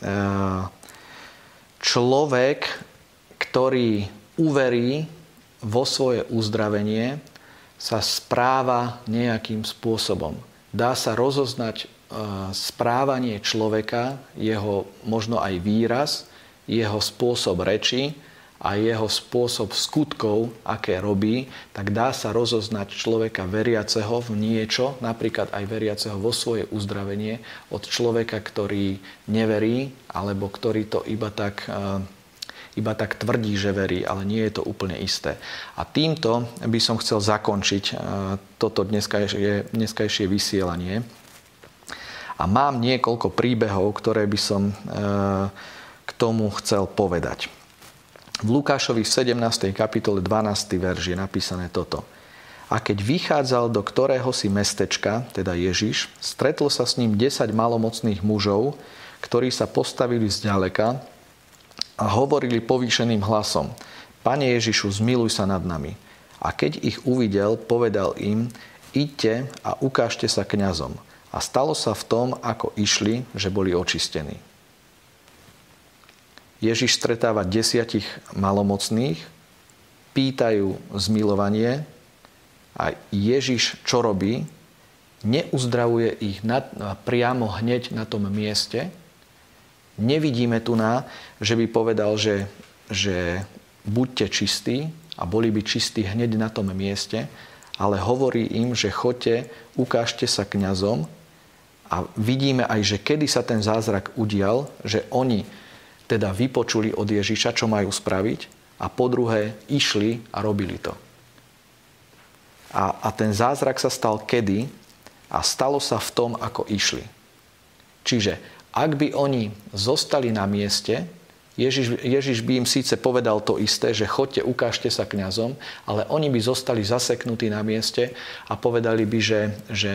človek, ktorý uverí vo svoje uzdravenie, sa správa nejakým spôsobom. Dá sa rozoznať správanie človeka, jeho možno aj výraz, jeho spôsob reči a jeho spôsob skutkov, aké robí, tak dá sa rozoznať človeka veriaceho v niečo, napríklad aj veriaceho vo svoje uzdravenie, od človeka, ktorý neverí, alebo ktorý to iba tak, iba tak tvrdí, že verí, ale nie je to úplne isté. A týmto by som chcel zakončiť toto dneskajšie, dneskajšie vysielanie. A mám niekoľko príbehov, ktoré by som k tomu chcel povedať. V Lukášovi v sedemnástej kapitole dvanásty verš je napísané toto. A keď vychádzal do ktorého si mestečka, teda Ježiš, stretlo sa s ním desať malomocných mužov, ktorí sa postavili zďaleka a hovorili povýšeným hlasom: Pane Ježišu, zmiluj sa nad nami. A keď ich uvidel, povedal im: Iďte a ukážte sa kňazom. A stalo sa v tom, ako išli, že boli očistení. Ježiš stretáva desiatich malomocných, pýtajú zmilovanie a Ježiš čo robí? Neuzdravuje ich na, priamo hneď na tom mieste. Nevidíme tu na, že by povedal, že, že buďte čistí a boli by čistí hneď na tom mieste, ale hovorí im, že choďte, ukážte sa kňazom a vidíme aj, že kedy sa ten zázrak udial, že oni teda vypočuli od Ježiša, čo majú spraviť a po druhé išli a robili to. A, a ten zázrak sa stal kedy? A stalo sa v tom, ako išli. Čiže ak by oni zostali na mieste, Ježiš, Ježiš by im síce povedal to isté, že choďte, ukážte sa kňazom, ale oni by zostali zaseknutí na mieste a povedali by, že, že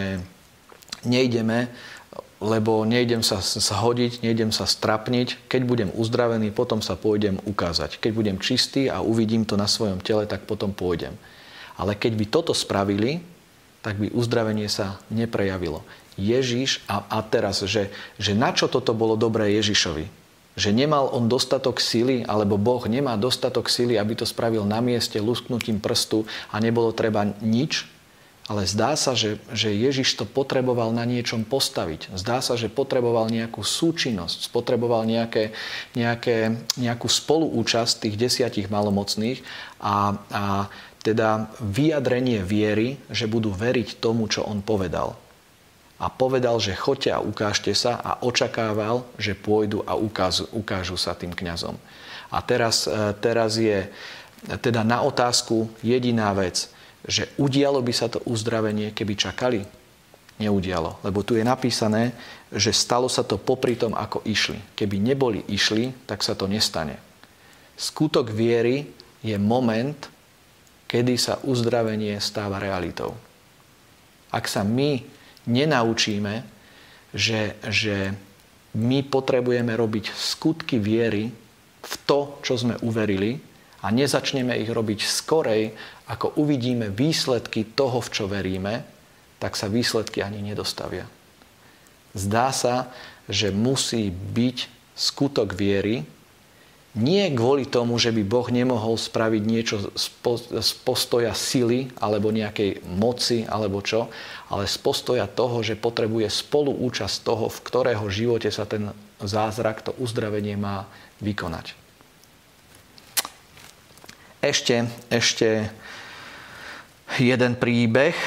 nejdeme, lebo nejdem sa zhodiť, nejdem sa strapniť. Keď budem uzdravený, potom sa pôjdem ukázať. Keď budem čistý a uvidím to na svojom tele, tak potom pôjdem. Ale keď by toto spravili, tak by uzdravenie sa neprejavilo. Ježiš, a, a teraz, že, že na čo toto bolo dobré Ježišovi? Že nemal on dostatok sily, alebo Boh nemá dostatok sily, aby to spravil na mieste lusknutím prstu a nebolo treba nič? Ale zdá sa, že, že Ježiš to potreboval na niečom postaviť. Zdá sa, že potreboval nejakú súčinnosť, potreboval nejaké, nejaké, nejakú spoluúčasť tých desiatich malomocných a, a teda vyjadrenie viery, že budú veriť tomu, čo on povedal. A povedal, že choďte a ukážte sa a očakával, že pôjdu a ukážu, ukážu sa tým kňazom. A teraz, teraz je teda na otázku jediná vec, že udialo by sa to uzdravenie, keby čakali? Neudialo. Lebo tu je napísané, že stalo sa to popri tom, ako išli. Keby neboli išli, tak sa to nestane. Skutok viery je moment, kedy sa uzdravenie stáva realitou. Ak sa my nenaučíme, že, že my potrebujeme robiť skutky viery v to, čo sme uverili a nezačneme ich robiť skorej, ako uvidíme výsledky toho, v čo veríme, tak sa výsledky ani nedostavia. Zdá sa, že musí byť skutok viery, nie kvôli tomu, že by Boh nemohol spraviť niečo z postoja sily alebo nejakej moci alebo čo, ale z postoja toho, že potrebuje spoluúčasť toho, v ktorého živote sa ten zázrak, to uzdravenie má vykonať. Ešte, ešte jeden príbeh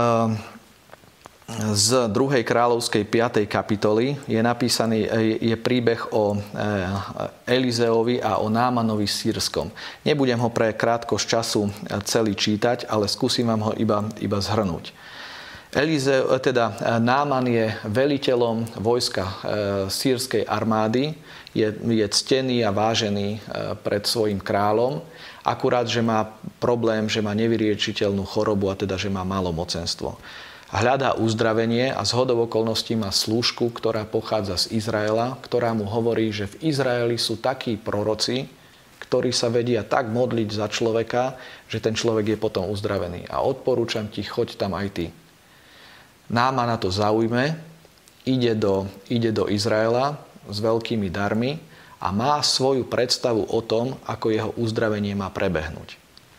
z druhej kráľovskej piatej kapitoly je napísaný, je príbeh o Elizeovi a o Námanovi Sýrskom. Nebudem ho pre krátkosť času celý čítať, ale skúsim vám ho iba, iba zhrnúť. Elizeo, teda Náman je veliteľom vojska sýrskej armády, je, je ctený a vážený pred svojim kráľom, akurát, že má problém, že má nevyriečiteľnú chorobu a teda, že má malomocenstvo. Hľadá uzdravenie a zhodou okolností má slúžku, ktorá pochádza z Izraela, ktorá mu hovorí, že v Izraeli sú takí proroci, ktorí sa vedia tak modliť za človeka, že ten človek je potom uzdravený. A odporúčam ti, choď tam aj ty. Náman na to zaujme, ide do, ide do Izraela s veľkými darmi a má svoju predstavu o tom, ako jeho uzdravenie má prebehnúť.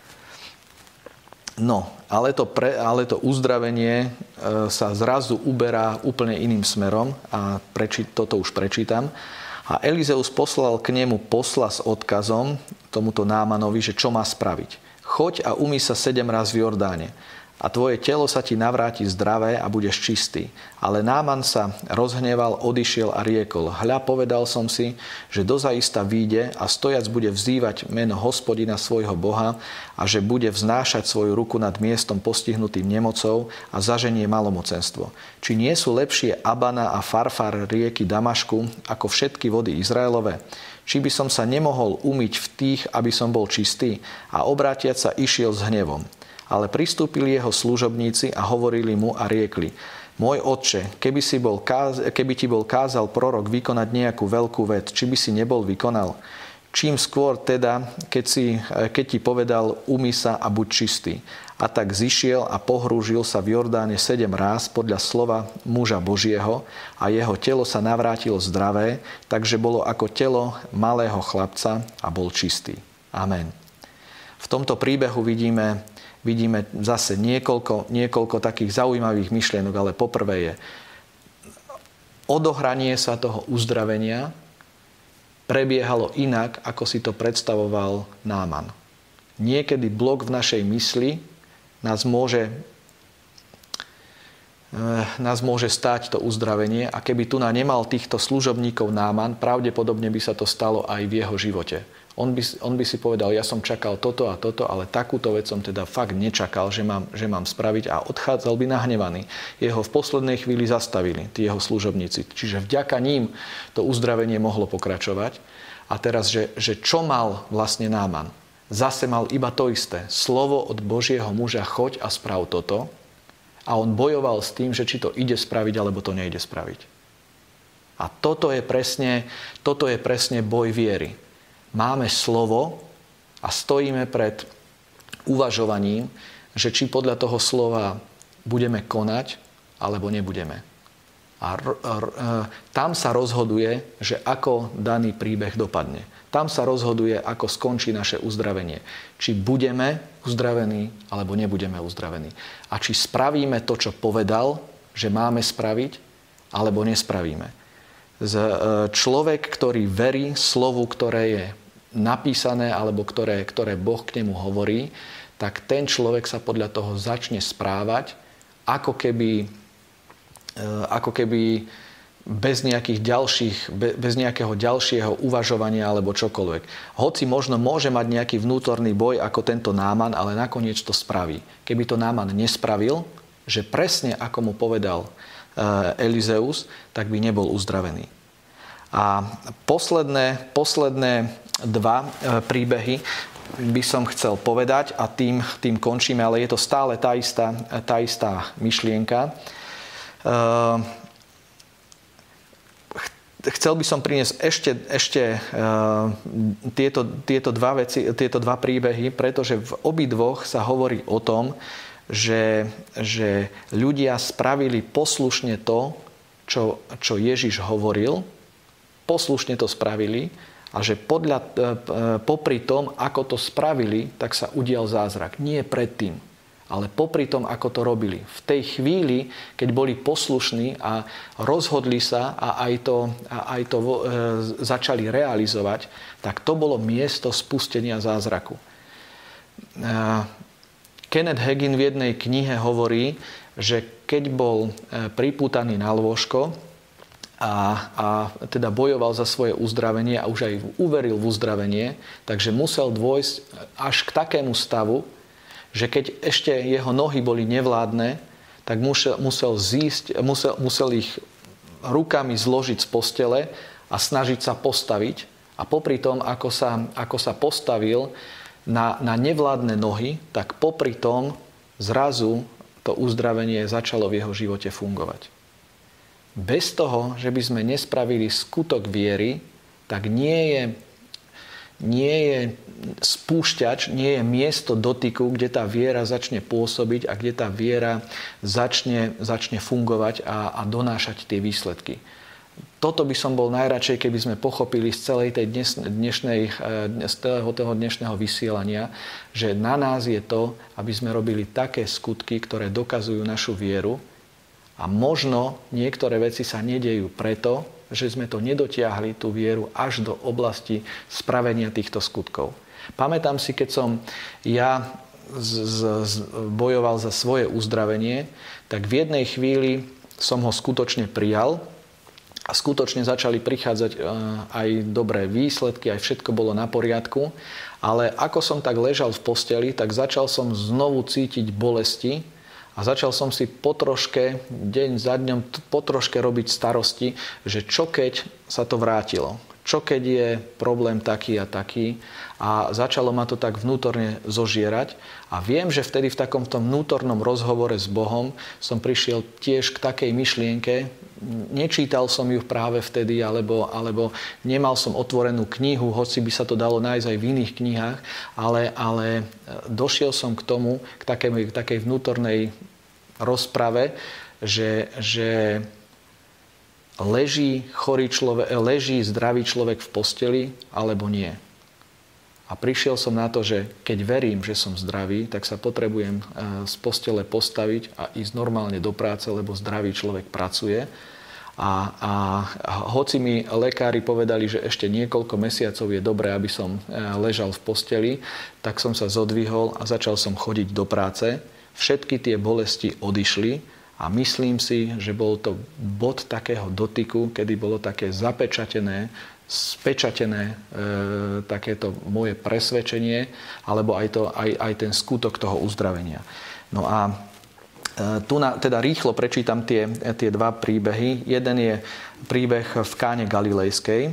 No, ale to, pre, ale to uzdravenie e, sa zrazu uberá úplne iným smerom a preči, toto už prečítam. A Elizeus poslal k nemu posla s odkazom tomuto Námanovi, že čo má spraviť. Choď a umyj sa sedem raz v Jordáne a tvoje telo sa ti navráti zdravé a budeš čistý. Ale Náman sa rozhneval, odišiel a riekol: Hľa, povedal som si, že dozaista vyjde a stojac bude vzývať meno Hospodina svojho Boha a že bude vznášať svoju ruku nad miestom postihnutým nemocou a zaženie malomocenstvo. Či nie sú lepšie Abana a Farfar rieky Damašku ako všetky vody Izraelove? Či by som sa nemohol umyť v tých, aby som bol čistý? A obrátiac sa išiel s hnevom. Ale pristúpili jeho služobníci a hovorili mu a riekli: Môj otče, keby, si bol káz- keby ti bol kázal prorok vykonať nejakú veľkú vec, či by si nebol vykonal? Čím skôr teda, keď, si, keď ti povedal: umyj sa a buď čistý. A tak zišiel a pohrúžil sa v Jordáne sedem ráz podľa slova muža Božieho a jeho telo sa navrátilo zdravé, takže bolo ako telo malého chlapca a bol čistý. Amen. V V tomto príbehu vidíme, vidíme zase niekoľko, niekoľko takých zaujímavých myšlienok, ale poprvé je odohranie sa toho uzdravenia prebiehalo inak, ako si to predstavoval Náman. Niekedy blok v našej mysli nás môže, nás môže stáť to uzdravenie a keby tu na nemal týchto služobníkov Náman, pravdepodobne by sa to stalo aj v jeho živote. On by, on by si povedal, ja som čakal toto a toto, ale takúto vec som teda fakt nečakal, že mám, že mám spraviť a odchádzal by nahnevaný. Jeho v poslednej chvíli zastavili, tí jeho služobníci. Čiže vďaka ním to uzdravenie mohlo pokračovať. A teraz, že, že čo mal vlastne Náman? Zase mal iba to isté. Slovo od Božieho muža, choď a sprav toto. A on bojoval s tým, že či to ide spraviť, alebo to nejde spraviť. A toto je presne, toto je presne boj viery. Máme slovo a stojíme pred uvažovaním, že či podľa toho slova budeme konať, alebo nebudeme. A r- r- tam sa rozhoduje, že ako daný príbeh dopadne. Tam sa rozhoduje, ako skončí naše uzdravenie. Či budeme uzdravení, alebo nebudeme uzdravení. A či spravíme to, čo povedal, že máme spraviť, alebo nespravíme. Človek, ktorý verí slovu, ktoré je napísané, alebo ktoré, ktoré Boh k nemu hovorí, tak ten človek sa podľa toho začne správať, ako keby, ako keby bez nejakých ďalších, bez nejakého ďalšieho uvažovania alebo čokoľvek. Hoci možno môže mať nejaký vnútorný boj ako tento Náman, ale nakoniec to spraví. Keby to Náman nespravil, že presne ako mu povedal Elizeus, tak by nebol uzdravený. A posledné, posledné dva príbehy by som chcel povedať a tým, tým končíme, ale je to stále tá istá, tá istá myšlienka. Chcel by som priniesť ešte, ešte tieto, tieto, dva veci, tieto dva príbehy, pretože v obidvoch sa hovorí o tom, že, že ľudia spravili poslušne to, čo, čo Ježiš hovoril, poslušne to spravili a že podľa, popri tom, ako to spravili, tak sa udial zázrak. Nie predtým, ale popri tom, ako to robili. V tej chvíli, keď boli poslušní a rozhodli sa a aj to, a aj to e, začali realizovať, tak to bolo miesto spustenia zázraku. E, Kenneth Hagin v jednej knihe hovorí, že keď bol pripútaný na lôžko, A, a teda bojoval za svoje uzdravenie a už aj uveril v uzdravenie, takže musel dôjsť až k takému stavu, že keď ešte jeho nohy boli nevládne, tak musel, musel zísť, musel, musel ich rukami zložiť z postele a snažiť sa postaviť. A popri tom, ako sa, ako sa postavil na, na nevládne nohy, tak popri tom zrazu to uzdravenie začalo v jeho živote fungovať. Bez toho, že by sme nespravili skutok viery, tak nie je, nie je spúšťač, nie je miesto dotyku, kde tá viera začne pôsobiť a kde tá viera začne, začne fungovať a, a donášať tie výsledky. Toto by som bol najradšej, keby sme pochopili z celej tej dnes, dnešnej, z celého toho dnešného vysielania, že na nás je to, aby sme robili také skutky, ktoré dokazujú našu vieru. A možno niektoré veci sa nedejú preto, že sme to nedotiahli, tú vieru, až do oblasti spravenia týchto skutkov. Pamätám si, keď som ja z, z, z, bojoval za svoje uzdravenie, tak v jednej chvíli som ho skutočne prijal a skutočne začali prichádzať aj dobré výsledky, aj všetko bolo na poriadku. Ale ako som tak ležal v posteli, tak začal som znovu cítiť bolesti, a začal som si potroške, deň za dňom, potroške robiť starosti, že čo keď sa to vrátilo. Čo keď je problém taký a taký. A začalo ma to tak vnútorne zožierať. A viem, že vtedy v takomto vnútornom rozhovore s Bohom som prišiel tiež k takej myšlienke. Nečítal som ju práve vtedy, alebo, alebo nemal som otvorenú knihu, hoci by sa to dalo nájsť aj v iných knihách, ale, ale došiel som k tomu, k takej, k takej vnútornej rozprave, že, že leží chorý človek, leží zdravý človek v posteli, alebo nie. A A prišiel som na to, že keď verím, že som zdravý, tak sa potrebujem z postele postaviť a ísť normálne do práce, lebo zdravý človek pracuje. A, a hoci mi lekári povedali, že ešte niekoľko mesiacov je dobré, aby som ležal v posteli, tak som sa zodvihol a začal som chodiť do práce. Všetky tie bolesti odišli a myslím si, že bol to bod takého dotyku, kedy bolo také zapečatené, spečatené e, takéto moje presvedčenie, alebo aj, to, aj, aj ten skutok toho uzdravenia. No a tu na, teda rýchlo prečítam tie, tie dva príbehy. Jeden je príbeh v Káne Galilejskej.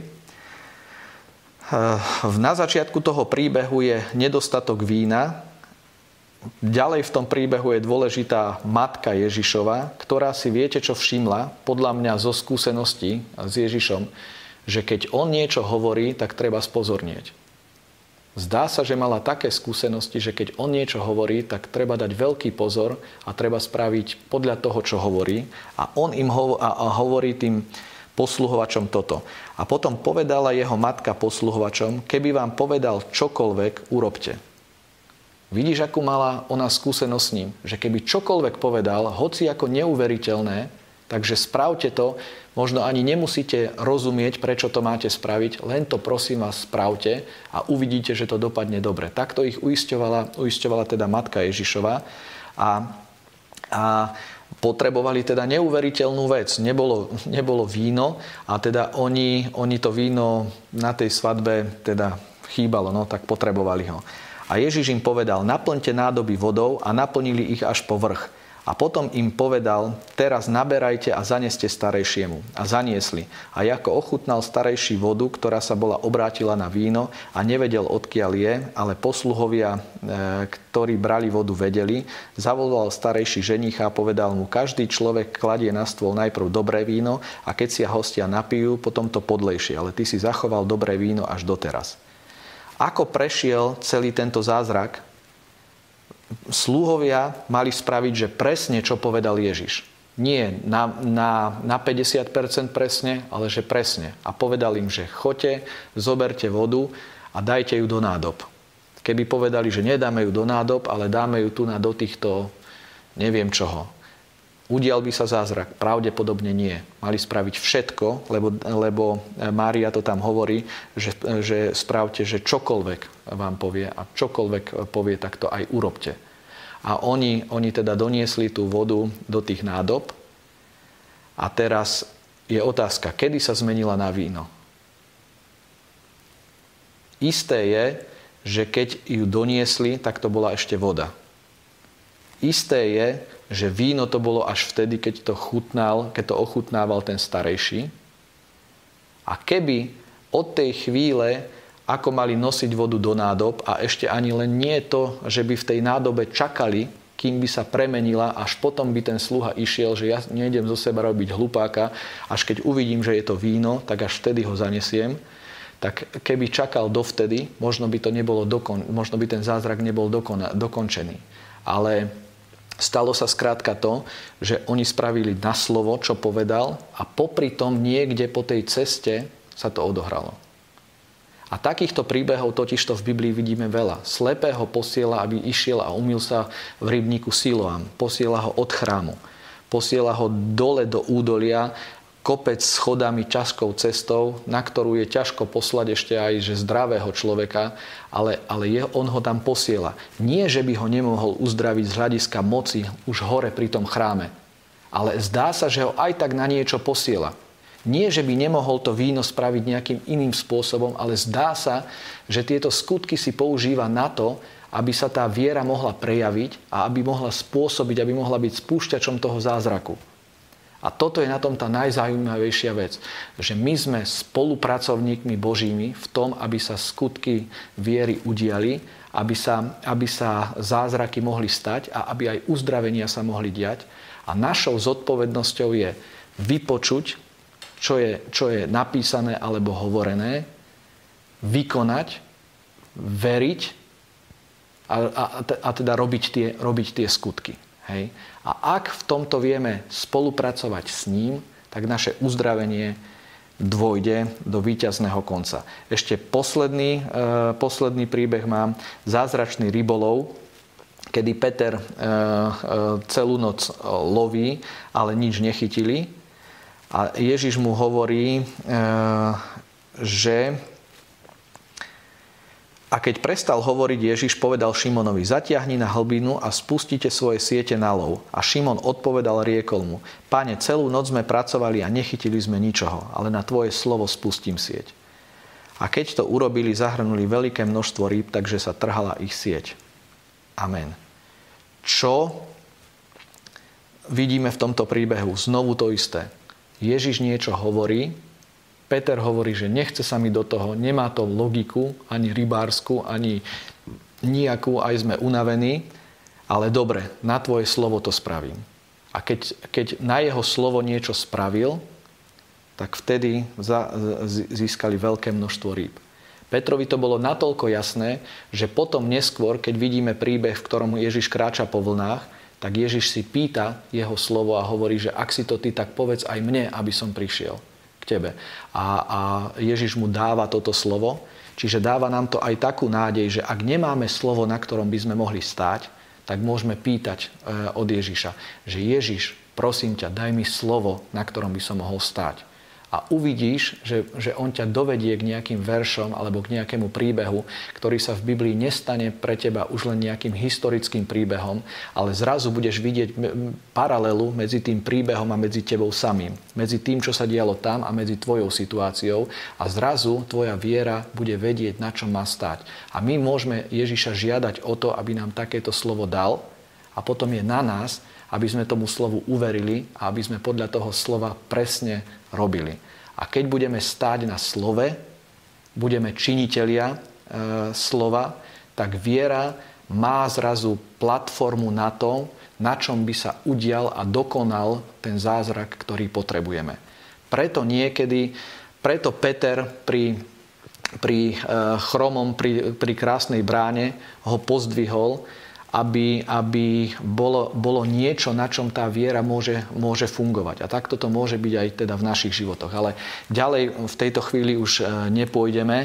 Na začiatku toho príbehu je nedostatok vína. Ďalej v tom príbehu je dôležitá matka Ježišova, ktorá si viete, čo všimla, podľa mňa zo skúseností s Ježišom, že keď on niečo hovorí, tak treba spozornieť. Zdá sa, že mala také skúsenosti, že keď on niečo hovorí, tak treba dať veľký pozor a treba spraviť podľa toho, čo hovorí. A on im ho- a, a hovorí tým posluhovačom toto. A potom povedala jeho matka posluhovačom, keby vám povedal čokoľvek, urobte. Vidíš, akú mala ona skúsenosť s ním? Že keby čokoľvek povedal, hoci ako neuveriteľné, takže spravte to, možno ani nemusíte rozumieť, prečo to máte spraviť, len to prosím vás spravte a uvidíte, že to dopadne dobre. Takto ich uisťovala, uisťovala teda matka Ježišova a, a potrebovali teda neuveriteľnú vec. Nebolo, nebolo víno a teda oni, oni to víno na tej svadbe teda chýbalo, no tak potrebovali ho. A Ježiš im povedal, naplňte nádoby vodou a naplnili ich až po vrch. A potom im povedal, teraz naberajte a zaneste starejšiemu. A zaniesli. A ako ochutnal starejší vodu, ktorá sa bola obrátila na víno a nevedel, odkiaľ je, ale posluhovia, ktorí brali vodu, vedeli, zavolal starejší ženicha a povedal mu, každý človek kladie na stôl najprv dobré víno a keď si hostia napijú, potom to podlejšie. Ale ty si zachoval dobré víno až doteraz. Ako prešiel celý tento zázrak? Sluhovia mali spraviť, že presne, čo povedal Ježiš. Nie na, na, na päťdesiat percent presne, ale že presne. A povedal im, že choďte, zoberte vodu a dajte ju do nádob. Keby povedali, že nedáme ju do nádob, ale dáme ju tu na do týchto neviem čoho. Udial by sa zázrak? Pravdepodobne nie. Mali spraviť všetko, lebo, lebo Mária to tam hovorí, že, že spravte, že čokoľvek vám povie a čokoľvek povie, tak to aj urobte. A oni, oni teda doniesli tú vodu do tých nádob a teraz je otázka, kedy sa zmenila na víno. Isté je, že keď ju doniesli, tak to bola ešte voda. Isté je, že víno to bolo až vtedy, keď to chutnal, keď to ochutnával ten starejší. A keby od tej chvíle, ako mali nosiť vodu do nádob a ešte ani len nie to, že by v tej nádobe čakali, kým by sa premenila, až potom by ten sluha išiel, že ja nejdem zo seba robiť hlupáka, až keď uvidím, že je to víno, tak až vtedy ho zanesiem. Tak keby čakal dovtedy, možno by to nebolo dokon, možno by ten zázrak nebol dokon, dokončený. Ale stalo sa skrátka to, že oni spravili na slovo, čo povedal a popri tom niekde po tej ceste sa to odohralo. A takýchto príbehov totižto v Biblii vidíme veľa. Slepého posiela, aby išiel a umyl sa v rybníku Siloam. Posiela ho od chrámu. Posiela ho dole do údolia, kopec schodami, ťažkou cestou, na ktorú je ťažko poslať ešte aj že zdravého človeka, ale, ale je, on ho tam posiela. Nie, že by ho nemohol uzdraviť z hľadiska moci už hore pri tom chráme, ale zdá sa, že ho aj tak na niečo posiela. Nie, že by nemohol to víno spraviť nejakým iným spôsobom, ale zdá sa, že tieto skutky si používa na to, aby sa tá viera mohla prejaviť a aby mohla spôsobiť, aby mohla byť spúšťačom toho zázraku. A toto je na tom tá najzaujímavejšia vec, že my sme spolupracovníkmi Božími v tom, aby sa skutky viery udiali, aby sa, aby sa zázraky mohli stať a aby aj uzdravenia sa mohli diať. A našou zodpovednosťou je vypočuť, čo je, čo je napísané alebo hovorené, vykonať, veriť a, a, a teda robiť tie, robiť tie skutky. Hej. A ak v tomto vieme spolupracovať s ním, tak naše uzdravenie dôjde do víťazného konca. Ešte posledný, e, posledný príbeh mám, zázračný rybolov, kedy Peter e, e, celú noc loví, ale nič nechytili. A Ježiš mu hovorí, e, že... A keď prestal hovoriť, Ježiš povedal Šimonovi, zatiahni na hlbinu a spustite svoje siete na lov. A Šimon odpovedal, riekol mu, Páne, celú noc sme pracovali a nechytili sme ničoho, ale na tvoje slovo spustím sieť. A keď to urobili, zahrnuli veľké množstvo rýb, takže sa trhala ich sieť. Amen. Čo vidíme v tomto príbehu? Znovu to isté. Ježiš niečo hovorí, Peter hovorí, že nechce sa mi do toho, nemá to logiku, ani rybársku, ani nejakú, aj sme unavení, ale dobre, na tvoje slovo to spravím. A keď, keď na jeho slovo niečo spravil, tak vtedy za, získali veľké množstvo rýb. Petrovi to bolo natoľko jasné, že potom neskôr, keď vidíme príbeh, v ktorom Ježiš kráča po vlnách, tak Ježiš si pýta jeho slovo a hovorí, že ak si to ty, tak povedz aj mne, aby som prišiel k tebe. A, a Ježiš mu dáva toto slovo, čiže dáva nám to aj takú nádej, že ak nemáme slovo, na ktorom by sme mohli stáť, tak môžeme pýtať od Ježiša, že Ježiš, prosím ťa, daj mi slovo, na ktorom by som mohol stáť. A uvidíš, že, že on ťa dovedie k nejakým veršom alebo k nejakému príbehu, ktorý sa v Biblii nestane pre teba už len nejakým historickým príbehom, ale zrazu budeš vidieť paralelu medzi tým príbehom a medzi tebou samým. Medzi tým, čo sa dialo tam a medzi tvojou situáciou. A zrazu tvoja viera bude vedieť, na čom má stáť. A my môžeme Ježiša žiadať o to, aby nám takéto slovo dal. A potom je na nás, aby sme tomu slovu uverili a aby sme podľa toho slova presne robili. A keď budeme stáť na slove, budeme činitelia e, slova, tak viera má zrazu platformu na to, na čom by sa udial a dokonal ten zázrak, ktorý potrebujeme. Preto niekedy, preto Peter pri, pri e, chromom, pri, pri krásnej bráne ho pozdvihol, aby, aby bolo, bolo niečo, na čom tá viera môže, môže fungovať. A takto to môže byť aj teda v našich životoch. Ale ďalej v tejto chvíli už nepôjdeme.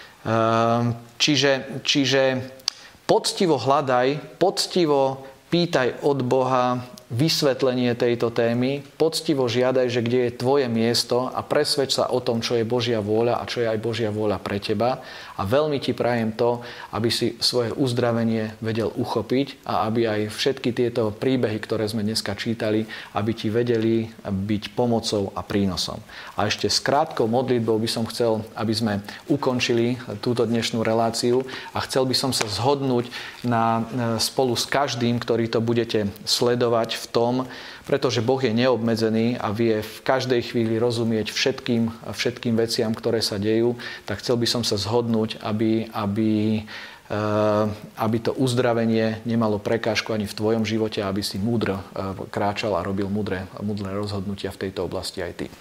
Čiže, čiže poctivo hľadaj, poctivo pýtaj od Boha vysvetlenie tejto témy, poctivo žiadaj, že kde je tvoje miesto a presvedč sa o tom, čo je Božia vôľa a čo je aj Božia vôľa pre teba. A veľmi ti prajem to, aby si svoje uzdravenie vedel uchopiť a aby aj všetky tieto príbehy, ktoré sme dneska čítali, aby ti vedeli byť pomocou a prínosom. A ešte s krátkou modlitbou by som chcel, aby sme ukončili túto dnešnú reláciu a chcel by som sa zhodnúť na, spolu s každým, ktorý to budete sledovať v tom, pretože Boh je neobmedzený a vie v každej chvíli rozumieť všetkým, všetkým veciam, ktoré sa dejú, tak chcel by som sa zhodnúť, aby, aby, aby to uzdravenie nemalo prekážku ani v tvojom živote, aby si múdro kráčal a robil múdre, múdre rozhodnutia v tejto oblasti aj ty.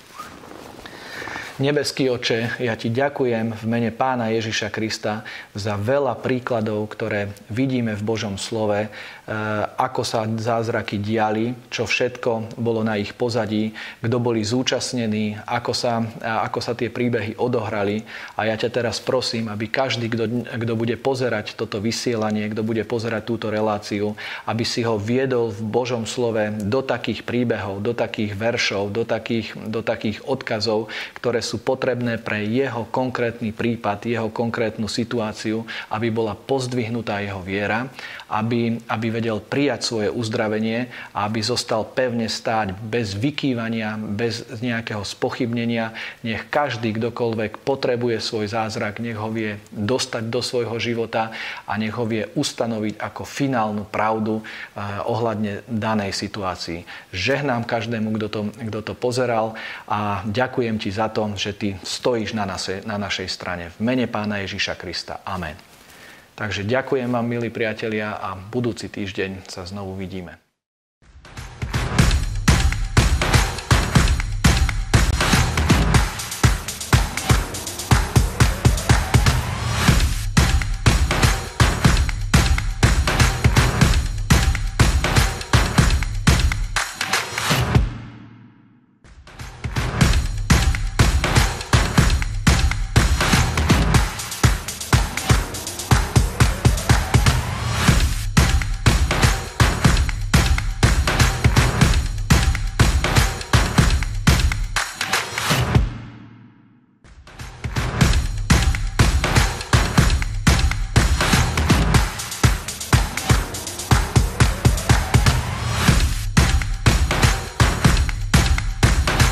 Nebeský Oče, ja ti ďakujem v mene Pána Ježiša Krista za veľa príkladov, ktoré vidíme v Božom slove, ako sa zázraky diali, čo všetko bolo na ich pozadí, kto boli zúčastnení, ako sa, ako sa tie príbehy odohrali. A ja ťa teraz prosím, aby každý, kto, kto bude pozerať toto vysielanie, kto bude pozerať túto reláciu, aby si ho viedol v Božom slove do takých príbehov, do takých veršov, do takých, do takých odkazov, ktoré sú potrebné pre jeho konkrétny prípad, jeho konkrétnu situáciu, aby bola pozdvihnutá jeho viera, aby, aby vedel prijať svoje uzdravenie a aby zostal pevne stáť bez vykývania, bez nejakého spochybnenia. Nech každý, kdokoľvek potrebuje svoj zázrak, nech ho vie dostať do svojho života a nech ho vie ustanoviť ako finálnu pravdu eh, ohľadne danej situácii. Žehnám každému, kto to, kto to pozeral a ďakujem ti za to, že ty stojíš na, nase, na našej strane. V mene Pána Ježiša Krista. Amen. Takže ďakujem vám, milí priatelia, a budúci týždeň sa znovu vidíme.